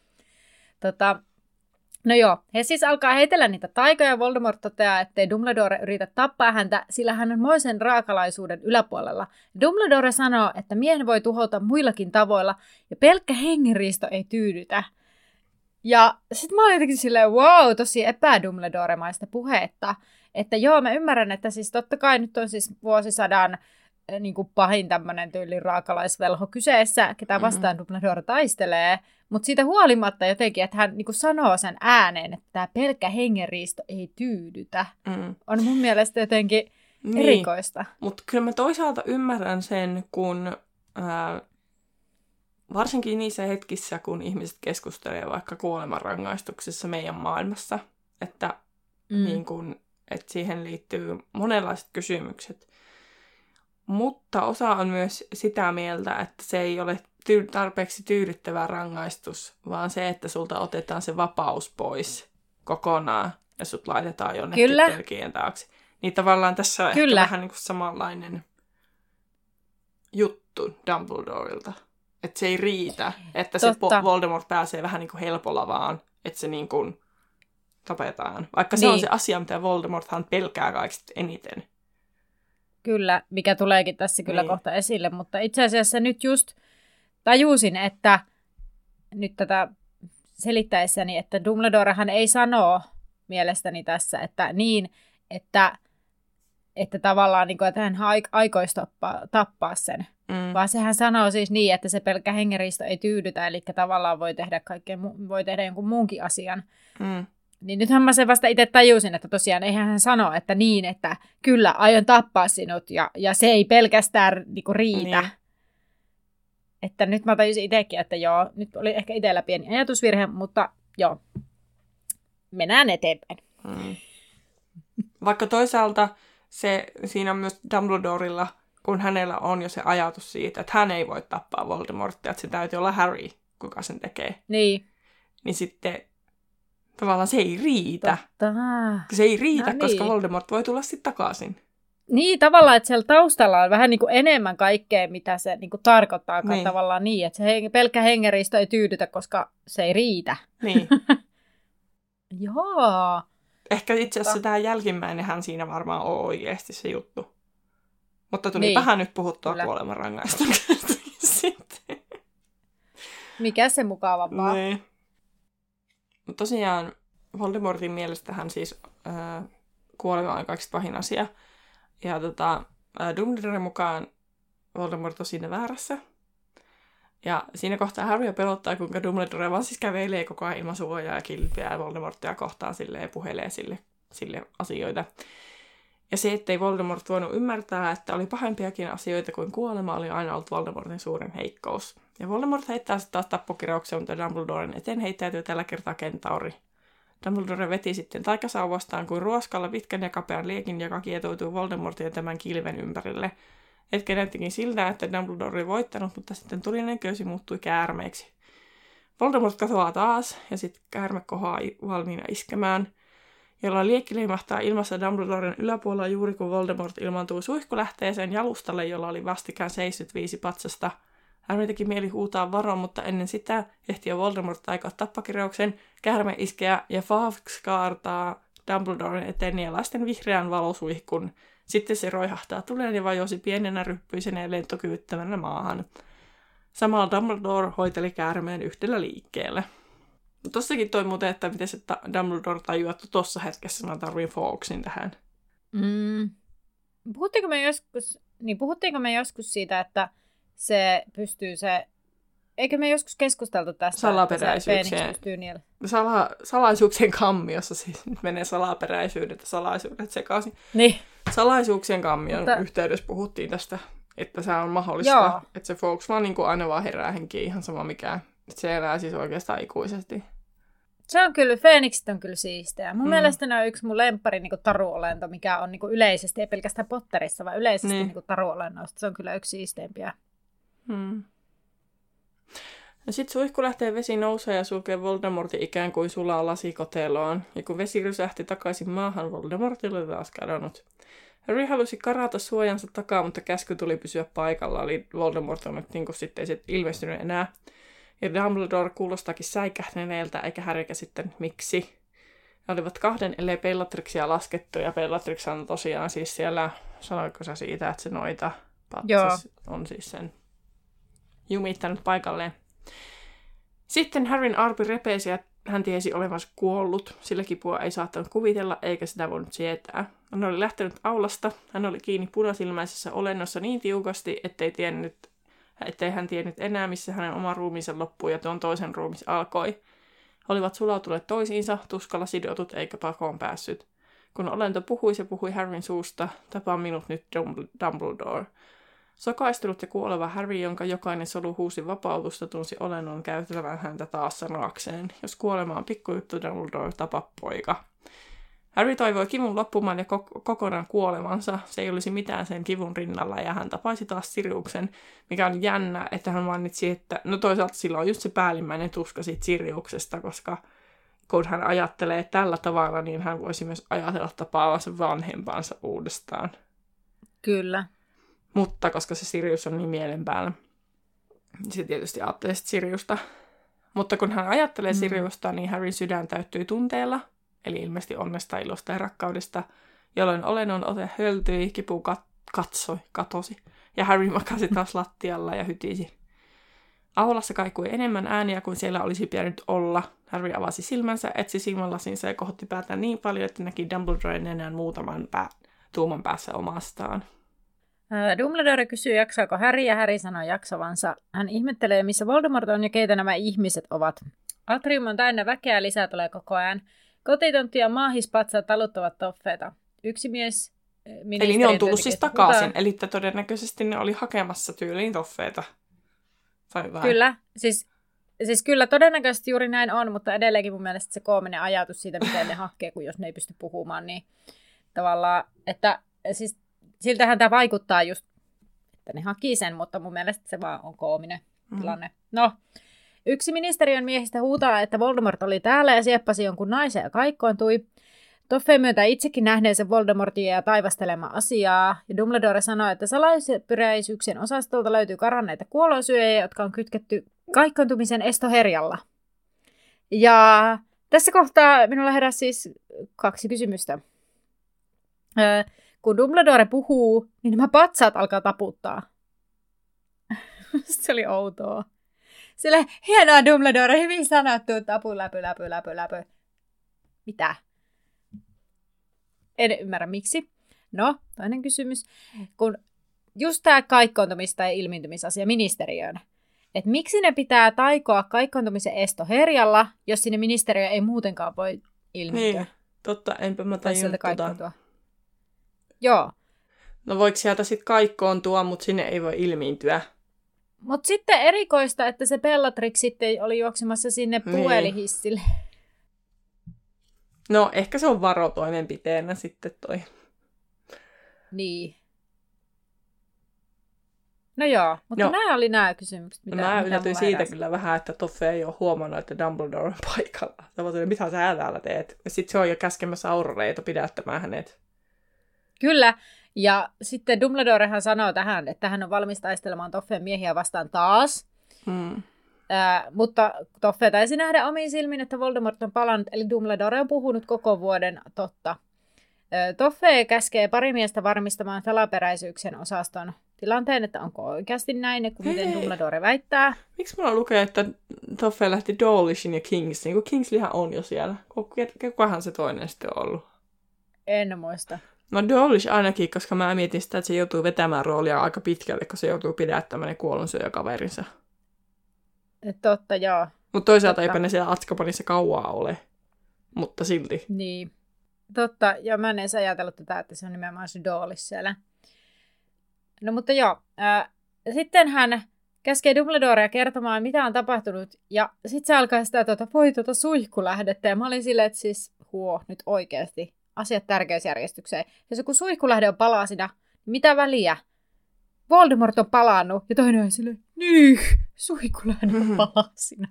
Tota, no joo, he siis alkaa heitellä niitä taikoja ja Voldemort toteaa, ettei Dumbledore yritä tappaa häntä, sillä hän on moisen raakalaisuuden yläpuolella. Dumbledore sanoo, että miehen voi tuhota muillakin tavoilla ja pelkkä hengenriisto ei tyydytä. Ja sit mä olin jotenkin silleen, wow, tosi epä-Dumbledore-maista puhetta. Että joo, mä ymmärrän, että siis totta kai nyt on siis vuosisadan niin kuin pahin tämmöinen tyylin raakalaisvelho kyseessä, ketä vastaan mm-hmm. Dumbledore taistelee. Mutta siitä huolimatta jotenkin, että hän niin kuin sanoo sen ääneen, että tämä pelkkä hengenriisto ei tyydytä, mm. on mun mielestä jotenkin niin. erikoista. Mutta kyllä mä toisaalta ymmärrän sen, kun ää, varsinkin niissä hetkissä, kun ihmiset keskustelee vaikka kuolemanrangaistuksessa meidän maailmassa, että, mm. niin kun, että siihen liittyy monenlaiset kysymykset. Mutta osa on myös sitä mieltä, että se ei ole tyy- tarpeeksi tyydyttävä rangaistus, vaan se, että sulta otetaan se vapaus pois kokonaan ja sut laitetaan jonnekin telkien taakse. Niin tavallaan tässä on Kyllä. ehkä vähän niin kuin samanlainen juttu Dumbledorilta. Että se ei riitä, että Totta. se Voldemort pääsee vähän niin kuin helpolla vaan, että se niin kuin tapetaan. Vaikka niin. se on se asia, mitä Voldemorthan pelkää kaikista eniten. Kyllä, mikä tuleekin tässä kyllä niin. kohta esille, mutta itse asiassa nyt just tajusin, että nyt tätä selittäessäni, että Dumbledorehan ei sano mielestäni tässä, että niin, että, että tavallaan niin kuin, että hän aikoisi tappaa, tappaa sen, mm. vaan sehän sanoo siis niin, että se pelkkä hengenriisto ei tyydytä, eli tavallaan voi tehdä, kaikkea, voi tehdä jonkun muunkin asian. Mm. Niin nythän mä sen vasta itse tajusin, että tosiaan eihän hän sano, että niin, että kyllä aion tappaa sinut ja, ja se ei pelkästään niinku riitä. Niin. Että nyt mä tajusin itsekin, että joo, nyt oli ehkä itsellä pieni ajatusvirhe, mutta joo, mennään eteenpäin. Hmm. Vaikka toisaalta se, siinä on myös Dumbledorella, kun hänellä on jo se ajatus siitä, että hän ei voi tappaa Voldemortia, että se täytyy olla Harry, kuka sen tekee. Niin. Niin sitten tavallaan se ei riitä. Totta. Se ei riitä, no koska niin. Voldemort voi tulla sitten takaisin. Niin, tavallaan, että siellä taustalla on vähän niin kuin enemmän kaikkea, mitä se niin kuin tarkoittaa niin. tavallaan niin, että se pelkkä hengenriisto ei tyydytä, koska se ei riitä. Niin. Joo. Ehkä itse asiassa tämä jälkimmäinenhän siinä varmaan on oikeasti se juttu. Mutta tulipahan niin. nyt puhuttua kuolemanrangaistuksesta sitten. Mikä se mukavampaa. Niin. Tosiaan Voldemortin mielestähän siis äh, kuolema on kaikista pahin asia. Ja tota, äh, Dumbledoren mukaan Voldemort on siinä väärässä. Ja siinä kohtaa Harrya pelottaa, kuinka Dumbledore vaan siis kävelee koko ajan ilman suojaa ja kilpeää Voldemortia kohtaan silleen ja puhelee sille, sille asioita. Ja se, ettei Voldemort voinut ymmärtää, että oli pahempiakin asioita kuin kuolema, oli aina ollut Voldemortin suurin heikkous. Ja Voldemort heittää sitten taas tappokirjauksen, mutta Dumbledoren eteen heittäytyy tällä kertaa kentauri. Dumbledore veti sitten taikasauvastaan kuin ruoskalla pitkän ja kapean liekin, joka kietoutuu Voldemortin ja tämän kilven ympärille. Hetken näyttikin siltä, että Dumbledore oli voittanut, mutta sitten tulinen köysi muuttui käärmeeksi. Voldemort katoaa taas, ja sitten käärme kohaa valmiina iskemään, jolla liekki leimahtaa ilmassa Dumbledoren yläpuolella juuri kun Voldemort ilmaantuu suihkulähteeseen jalustalle, jolla oli vastikään seitsemänkymmentäviisi patsasta. Harry teki mieli huutaa varoon, mutta ennen sitä ehti jo Voldemort aikaa tappakirjauksen, käärme iskeä ja Fawkes kaartaa Dumbledoren eteen nielaisten vihreän valosuihkun. Sitten se roihahtaa tuleen ja vajosi pienenä ryppyisenä ja lentokyvyttömänä maahan. Samalla Dumbledore hoiteli käärmeen yhdellä liikkeellä. Tossakin toi muuten, että miten se Dumbledore tajuaa, että tuossa hetkessä mä tarvin Fawkesin tähän. Mm. Puhuttiinko me joskus, niin puhuttiinko me joskus siitä, että se pystyy se... Eikö me joskus keskusteltu tästä? Salaperäisyyksien. Sala, salaisuuksien kammiossa siis nyt menee salaperäisyydet ja salaisuudet sekaisin. Niin. Salaisuuksien kammion Mutta... yhteydessä puhuttiin tästä, että se on mahdollista. Joo. Että se Fawkes vaan niin kuin aina vaan herää henkiin ihan sama mikään. Että se elää siis oikeastaan ikuisesti. Se on kyllä, Feeniksit on kyllä siistejä. Mun mm. mielestä ne on yksi mun lemppari niin kuin taruolento, mikä on niin kuin yleisesti, ei pelkästään Potterissa, vaan yleisesti niin. Niin kuin taruolennoista. Se on kyllä yksi siisteimpiä. Mm. Ja sitten suihkulähteen vesi nousee ja sulkee Voldemortin ikään kuin sulaa lasikoteloon. Ja kun vesi rysähti takaisin maahan, Voldemort oli taas kadonnut. Harry halusi karata suojansa takaa, mutta käsky tuli pysyä paikalla. Eli Voldemort on nyt niin kuin sitten ei se ilmestynyt enää. Ja Dumbledore kuulostaakin säikähtäneeltä, eikä Harrykä sitten miksi. Ne olivat kahden ellei Bellatrixia laskettu, ja Bellatrix on tosiaan siis siellä, sanoiko sä siitä, että se noita patsas on siis sen jumittanut paikalleen. Sitten Harryn arpi repeisi ja hän tiesi olevansa kuollut, sillä kipua ei saattanut kuvitella eikä sitä voinut sietää. Hän oli lähtenyt aulasta, hän oli kiinni punasilmäisessä olennossa niin tiukasti, ettei, tiennyt, ettei hän tiennyt enää, missä hänen oma ruumiinsa loppui ja tuon toisen ruumis alkoi. He olivat sulautuneet toisiinsa, tuskalla sidotut eikä pakoon päässyt. Kun olento puhui, se puhui Harryn suusta, tapaa minut nyt Dumbledore. Sokaistunut ja kuoleva Harry, jonka jokainen solu huusi vapautusta, tunsi olennon käytelevän häntä taas sanoakseen. Jos kuolema on pikkujuttu, Dumbledore, tapa poika. Harry toivoi kivun loppumaan ja kok- kokonaan kuolemansa. Se ei olisi mitään sen kivun rinnalla ja hän tapaisi taas Siriuksen, mikä on jännä, että hän mainitsi, että no toisaalta sillä on just se päällimmäinen tuska siitä Siriuksesta, koska kun hän ajattelee tällä tavalla, niin hän voisi myös ajatella tapaavansa vanhempansa uudestaan. Kyllä. Mutta koska se Sirius on niin mielen päällä, niin se tietysti ajattelee Siriusta. Mutta kun hän ajattelee mm. Siriusta, niin Harryn sydän täyttyi tunteella, eli ilmeisesti onnesta, ilosta ja rakkaudesta, jolloin olennon ote höltyi, kipu kat- katsoi, katosi, ja Harry makasi taas lattialla ja hytisi. Aulassa kaikui enemmän ääniä kuin siellä olisi pitänyt olla. Harry avasi silmänsä, etsi silmänlasinsa ja kohotti päätään niin paljon, että näki Dumbledoren enää muutaman pää- tuuman päässä omastaan. Dumbledore kysyy, jaksaako Harry, ja Harry sanoo jaksavansa. Hän ihmettelee, missä Voldemort on ja keitä nämä ihmiset ovat. Atrium on täynnä väkeä, lisää tulee koko ajan. Kotitontti ja maahispatsaat taluttavat toffeita. Yksi mies... Eli ne on tullut siis takaisin, hutaa. Eli todennäköisesti ne oli hakemassa tyyliin toffeita. Kyllä, siis, siis kyllä todennäköisesti juuri näin on, mutta edelleenkin mun mielestä se koominen ajatus siitä, miten ne hakee, kun jos ne ei pysty puhumaan, niin tavallaan, että siis siltähän tämä vaikuttaa just, että ne haki sen, mutta mun mielestä se vaan on koominen tilanne. Mm. No, yksi ministeriön miehistä huutaa, että Voldemort oli täällä ja sieppasi jonkun naisen ja kaikkoontui. Toffe myöntää itsekin nähneensä Voldemortia ja taivastelema asiaa, ja Dumbledore sanoi, että salaisperäisyyksien osastolta löytyy karanneita kuolosyöjä, jotka on kytketty kaikkoontumisen estoherjalla. Ja Tässä kohtaa minulla heräsi siis kaksi kysymystä. Öö, kun Dumbledore puhuu, niin nämä patsaat alkaa taputtaa. Se oli outoa. Sille hienoa Dumbledore, hyvin sanottu, tapu, läpy, läpy, läpy, läpy. Mitä? En ymmärrä miksi. No, toinen kysymys. Kun just tämä kaikkoontumis- tai ilmiintymisasia ministeriöön. Että miksi ne pitää taikoa kaikkoontumisen esto herjalla, jos sinne ministeriö ei muutenkaan voi ilmiintyä? Niin, totta, enpä mä tajunnut tota. Joo. No voiko sieltä sitten kaikkoontua, mutta sinne ei voi ilmiintyä? Mutta sitten erikoista, että se Bellatrix sitten oli juoksemassa sinne puhelihissille. No, ehkä se on varotoimenpiteenä sitten toi. Niin. No joo, mutta no. nämä oli nämä kysymykset. Mitä, no, mä yllätyin siitä eräs. kyllä vähän, että Toffe ei ole huomannut, että Dumbledore on paikalla. Tavoittelee, mitä sä täällä teet? Ja sitten se on jo käskemässä Auroreita pidättämään hänet. Kyllä. Ja sitten Dumbledorehan sanoo tähän, että hän on valmis taistelemaan Toffeen miehiä vastaan taas. Mm. Äh, mutta Toffe taisi nähdä omiin silmiin, että Voldemort on palannut, eli Dumbledore on puhunut koko vuoden totta. Äh, Toffe käskee pari miestä varmistamaan salaperäisyyksien osaston tilanteen, että onko oikeasti näin, kun miten Dumbledore väittää. Miksi mulla lukee, että Toffe lähti Dawlishin ja Kingsley, kun Kingsleyhän on jo siellä. Kukahan se toinen sitten on ollut? En muista. No Dawlish ainakin, koska mä mietin sitä, että se joutuu vetämään roolia aika pitkälle, kun se joutuu pidättämään ne kuollonsyöjäkaverinsa. Totta, joo. Mutta toisaalta eipä ne siellä Azkabanissa kauaa ole, mutta silti. Niin. Totta, ja mä en edes ajatellut tätä, että se on nimenomaan se Dawlish siellä. No mutta joo, äh, sitten hän käskee Dumbledorea kertomaan, mitä on tapahtunut, ja sitten se alkaa sitä, tuota, voi tuota suihkulähdettä, ja mä olin silleen, että siis, huo, nyt oikeasti, asiat tärkeysjärjestykseen. Jos joku suihkulähde on palasina, niin mitä väliä? Voldemort on palannut, ja toinen on silleen, niin, suihkulähde on palasina.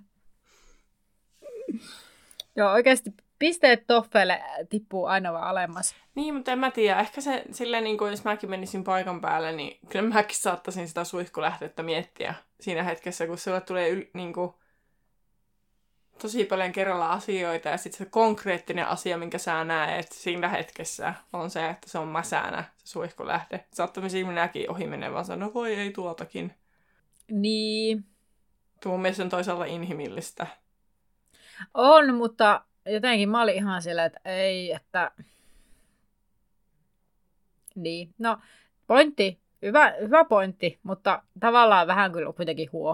Joo, oikeasti pisteet Toffeelle tippuu aina vaan alemmas. Niin, mutta en mä tiedä. Ehkä se silleen, niin kuin, jos mäkin menisin paikan päälle, niin kyllä mäkin saattaisin sitä suihkulähdettä miettiä siinä hetkessä, kun sulle tulee yl, niin kuin, tosi paljon kerralla asioita, ja sitten se konkreettinen asia, minkä sä näet siinä hetkessä, on se, että se on mäsänä, se suihkulähde. Saattamisiin minäkin ohi menee vaan sanoa, no voi ei tuoltakin. Niin. Tuo mun mielestä on toisaalta inhimillistä. On, mutta jotenkin mä olin ihan sillä, että ei, että... Niin, no pointti, hyvä, hyvä pointti, mutta tavallaan vähän kyllä kuitenkin huo.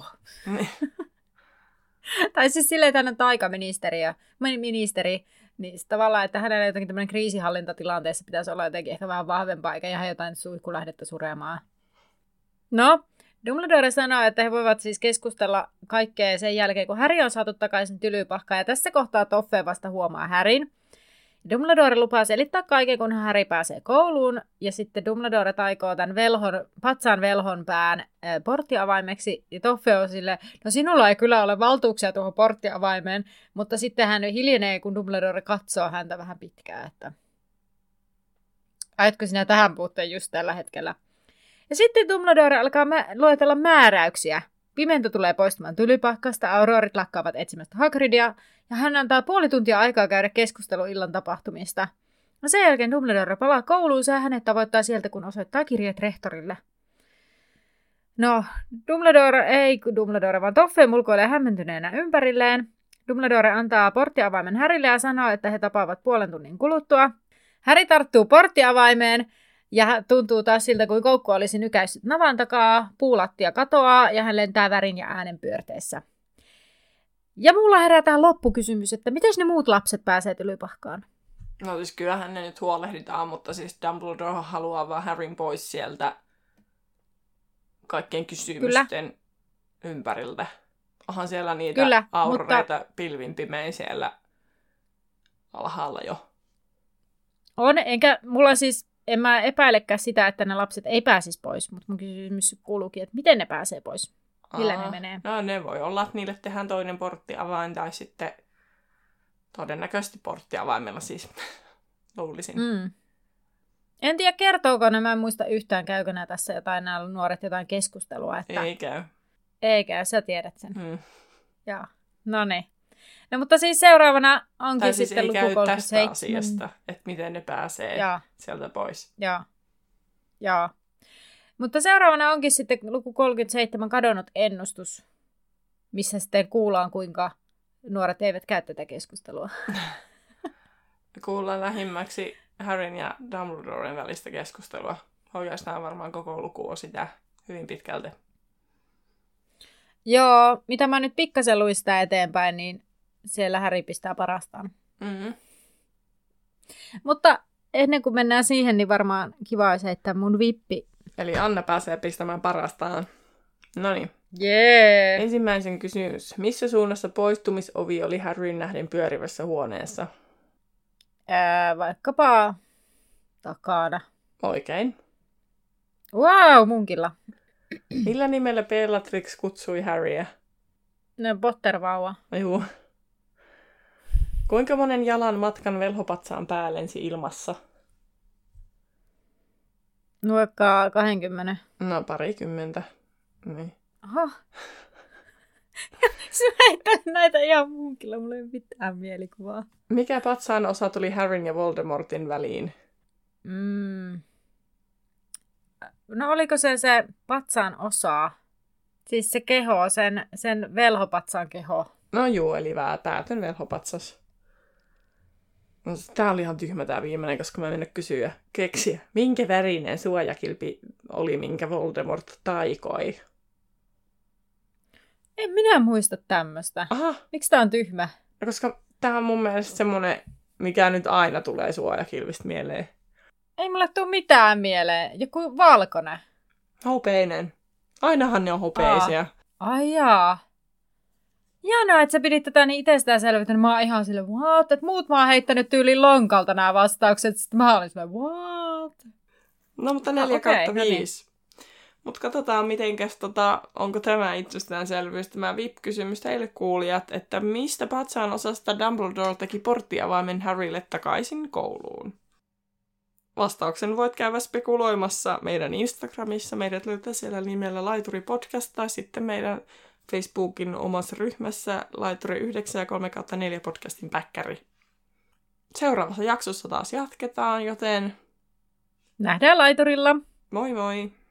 Tai siis silleen, että hän on taikaministeri ja ministeri, niin tavallaan, että hänellä jotenkin tämmöinen kriisihallintatilanteessa pitäisi olla jotenkin ehkä vähän vahvempaa, eikä ihan jotain suihkulähdettä suremaan. No, Dumbledore sanoo, että he voivat siis keskustella kaikkea sen jälkeen, kun Harry on saatu takaisin Tylypahkaan, ja tässä kohtaa Toffe vasta huomaa Harryn. Dumbledore lupaa selittää kaiken, kun Harry pääsee kouluun, ja sitten Dumbledore taikoo tämän velhon, patsaan velhon pään ää, porttiavaimeksi, ja Toffe on silleen, no sinulla ei kyllä ole valtuuksia tuohon porttiavaimeen, mutta sitten hän hiljenee, kun Dumbledore katsoo häntä vähän pitkään, että aiotko sinä tähän puutteen just tällä hetkellä? Ja sitten Dumbledore alkaa mä- luetella määräyksiä. Pimento tulee poistumaan Tylypahkasta, Aurorit lakkaavat etsimästä Hagridia, ja hän antaa puoli tuntia aikaa käydä keskustelu illan tapahtumista. No sen jälkeen Dumbledore palaa kouluunsa ja hänet tavoittaa sieltä, kun osoittaa kirjeet rehtorille. No, Dumbledore ei Dumbledore, vaan Toffe mulkoilee hämmentyneenä ympärilleen. Dumbledore antaa porttiavaimen Harrylle ja sanoo, että he tapaavat puolen tunnin kuluttua. Harry tarttuu porttiavaimeen ja tuntuu taas siltä, kuin koukku olisi nykäissyt navan takaa, puulattia katoaa ja hän lentää värin ja äänen pyörteessä. Ja mulla herää tähän loppukysymys, että miten ne muut lapset pääsee Tylypahkaan? No siis kyllähän ne nyt huolehditaan, mutta siis Dumbledore haluaa vaan Harryn pois sieltä kaikkien kysymysten Kyllä. ympäriltä. Onhan siellä niitä Kyllä, auroreita mutta... pilvin pimein siellä alhaalla jo. On, enkä mulla siis, en mä epäilekään sitä, että ne lapset ei pääsisi pois, mutta mun kysymys kuuluukin, että miten ne pääsee pois? Millä Aa, ne menee? No ne voi olla, että niille tehdään toinen porttiavain tai sitten todennäköisesti porttiavaimella siis luulisin. Mm. En tiedä kertooko ne, mä en muista yhtään käykö nämä tässä jotain, nämä nuoret jotain keskustelua. Että... Ei käy. Ei käy, sä tiedät sen. Mm. Joo, no niin. No mutta siis seuraavana onkin tai siis sitten ei luku käy kolmekymmentäseitsemän. tästä asiasta, että miten ne pääsee Jaa. sieltä pois. Joo. Joo. Mutta seuraavana onkin sitten luku kolmekymmentäseitsemän kadonnut ennustus, missä sitten kuullaan, kuinka nuoret eivät käy tätä keskustelua. Kuullaan lähimmäksi Harryn ja Dumbledoren välistä keskustelua. Oikeastaan varmaan koko luku on sitä hyvin pitkälti. Joo, mitä mä nyt pikkasen luin sitä eteenpäin, niin siellä Harry pistää parastaan. Mm-hmm. Mutta ennen kuin mennään siihen, niin varmaan kiva olisi heittää mun vippi. Eli Anna pääsee pistämään parastaan. Noniin. Jee! Ensimmäisen kysymys. Missä suunnassa poistumisovi oli Harryn nähden pyörivässä huoneessa? Ää, vaikkapa takana. Oikein. Wow, munkilla. Millä nimellä Bellatrix kutsui Harryä? No, Pottervauva. Juu. Kuinka monen jalan matkan velhopatsaan pää lensi ilmassa? Vaikka kaksikymmentä. No, parikymmentä. Niin. Aha. Sä väität näitä ihan munkilla, mulla ei mitään mielikuvaa. Mikä patsaan osa tuli Harryn ja Voldemortin väliin? Mm. No oliko se se patsaan osa? Siis se keho, sen, sen velhopatsaan keho. No juu, eli päätön velhopatsas. No, tää oli ihan tyhmä tää viimeinen, koska mä en mennä kysyä, keksiä. Minkä värinen suojakilpi oli, minkä Voldemort taikoi? En minä muista tämmöstä. Aha. Miksi tää on tyhmä? No, koska tää on mun mielestä semmonen, mikä nyt aina tulee suojakilvistä mieleen. Ei mulle tule mitään mieleen. Joku valkoinen. Hopeinen. Ainahan ne on hopeisia. Aa. Ai jaa. Ihanaa, että sä pidit tätä niin itsestään selvittänyt. Mä oon ihan silleen, what? Että muut mä oon heittänyt tyyliin lonkalta nämä vastaukset. Sitten mä olin silleen, what? No, mutta neljä ah, okay, kautta no niin. viisi. Mutta katsotaan, mitenkäs, tota, onko tämä itsestäänselvyys, tämä V I P-kysymys teille kuulijat, että mistä patsaan osasta Dumbledore teki porttiavaimen Harrylle takaisin kouluun? Vastauksen voit käydä spekuloimassa meidän Instagramissa. Meidät löytää siellä nimellä Laituri Podcast tai sitten meidän Facebookin omassa ryhmässä Laituri yhdeksän ja kolme kautta neljä podcastin päkkäri. Seuraavassa jaksossa taas jatketaan, joten nähdään laiturilla. moi moi!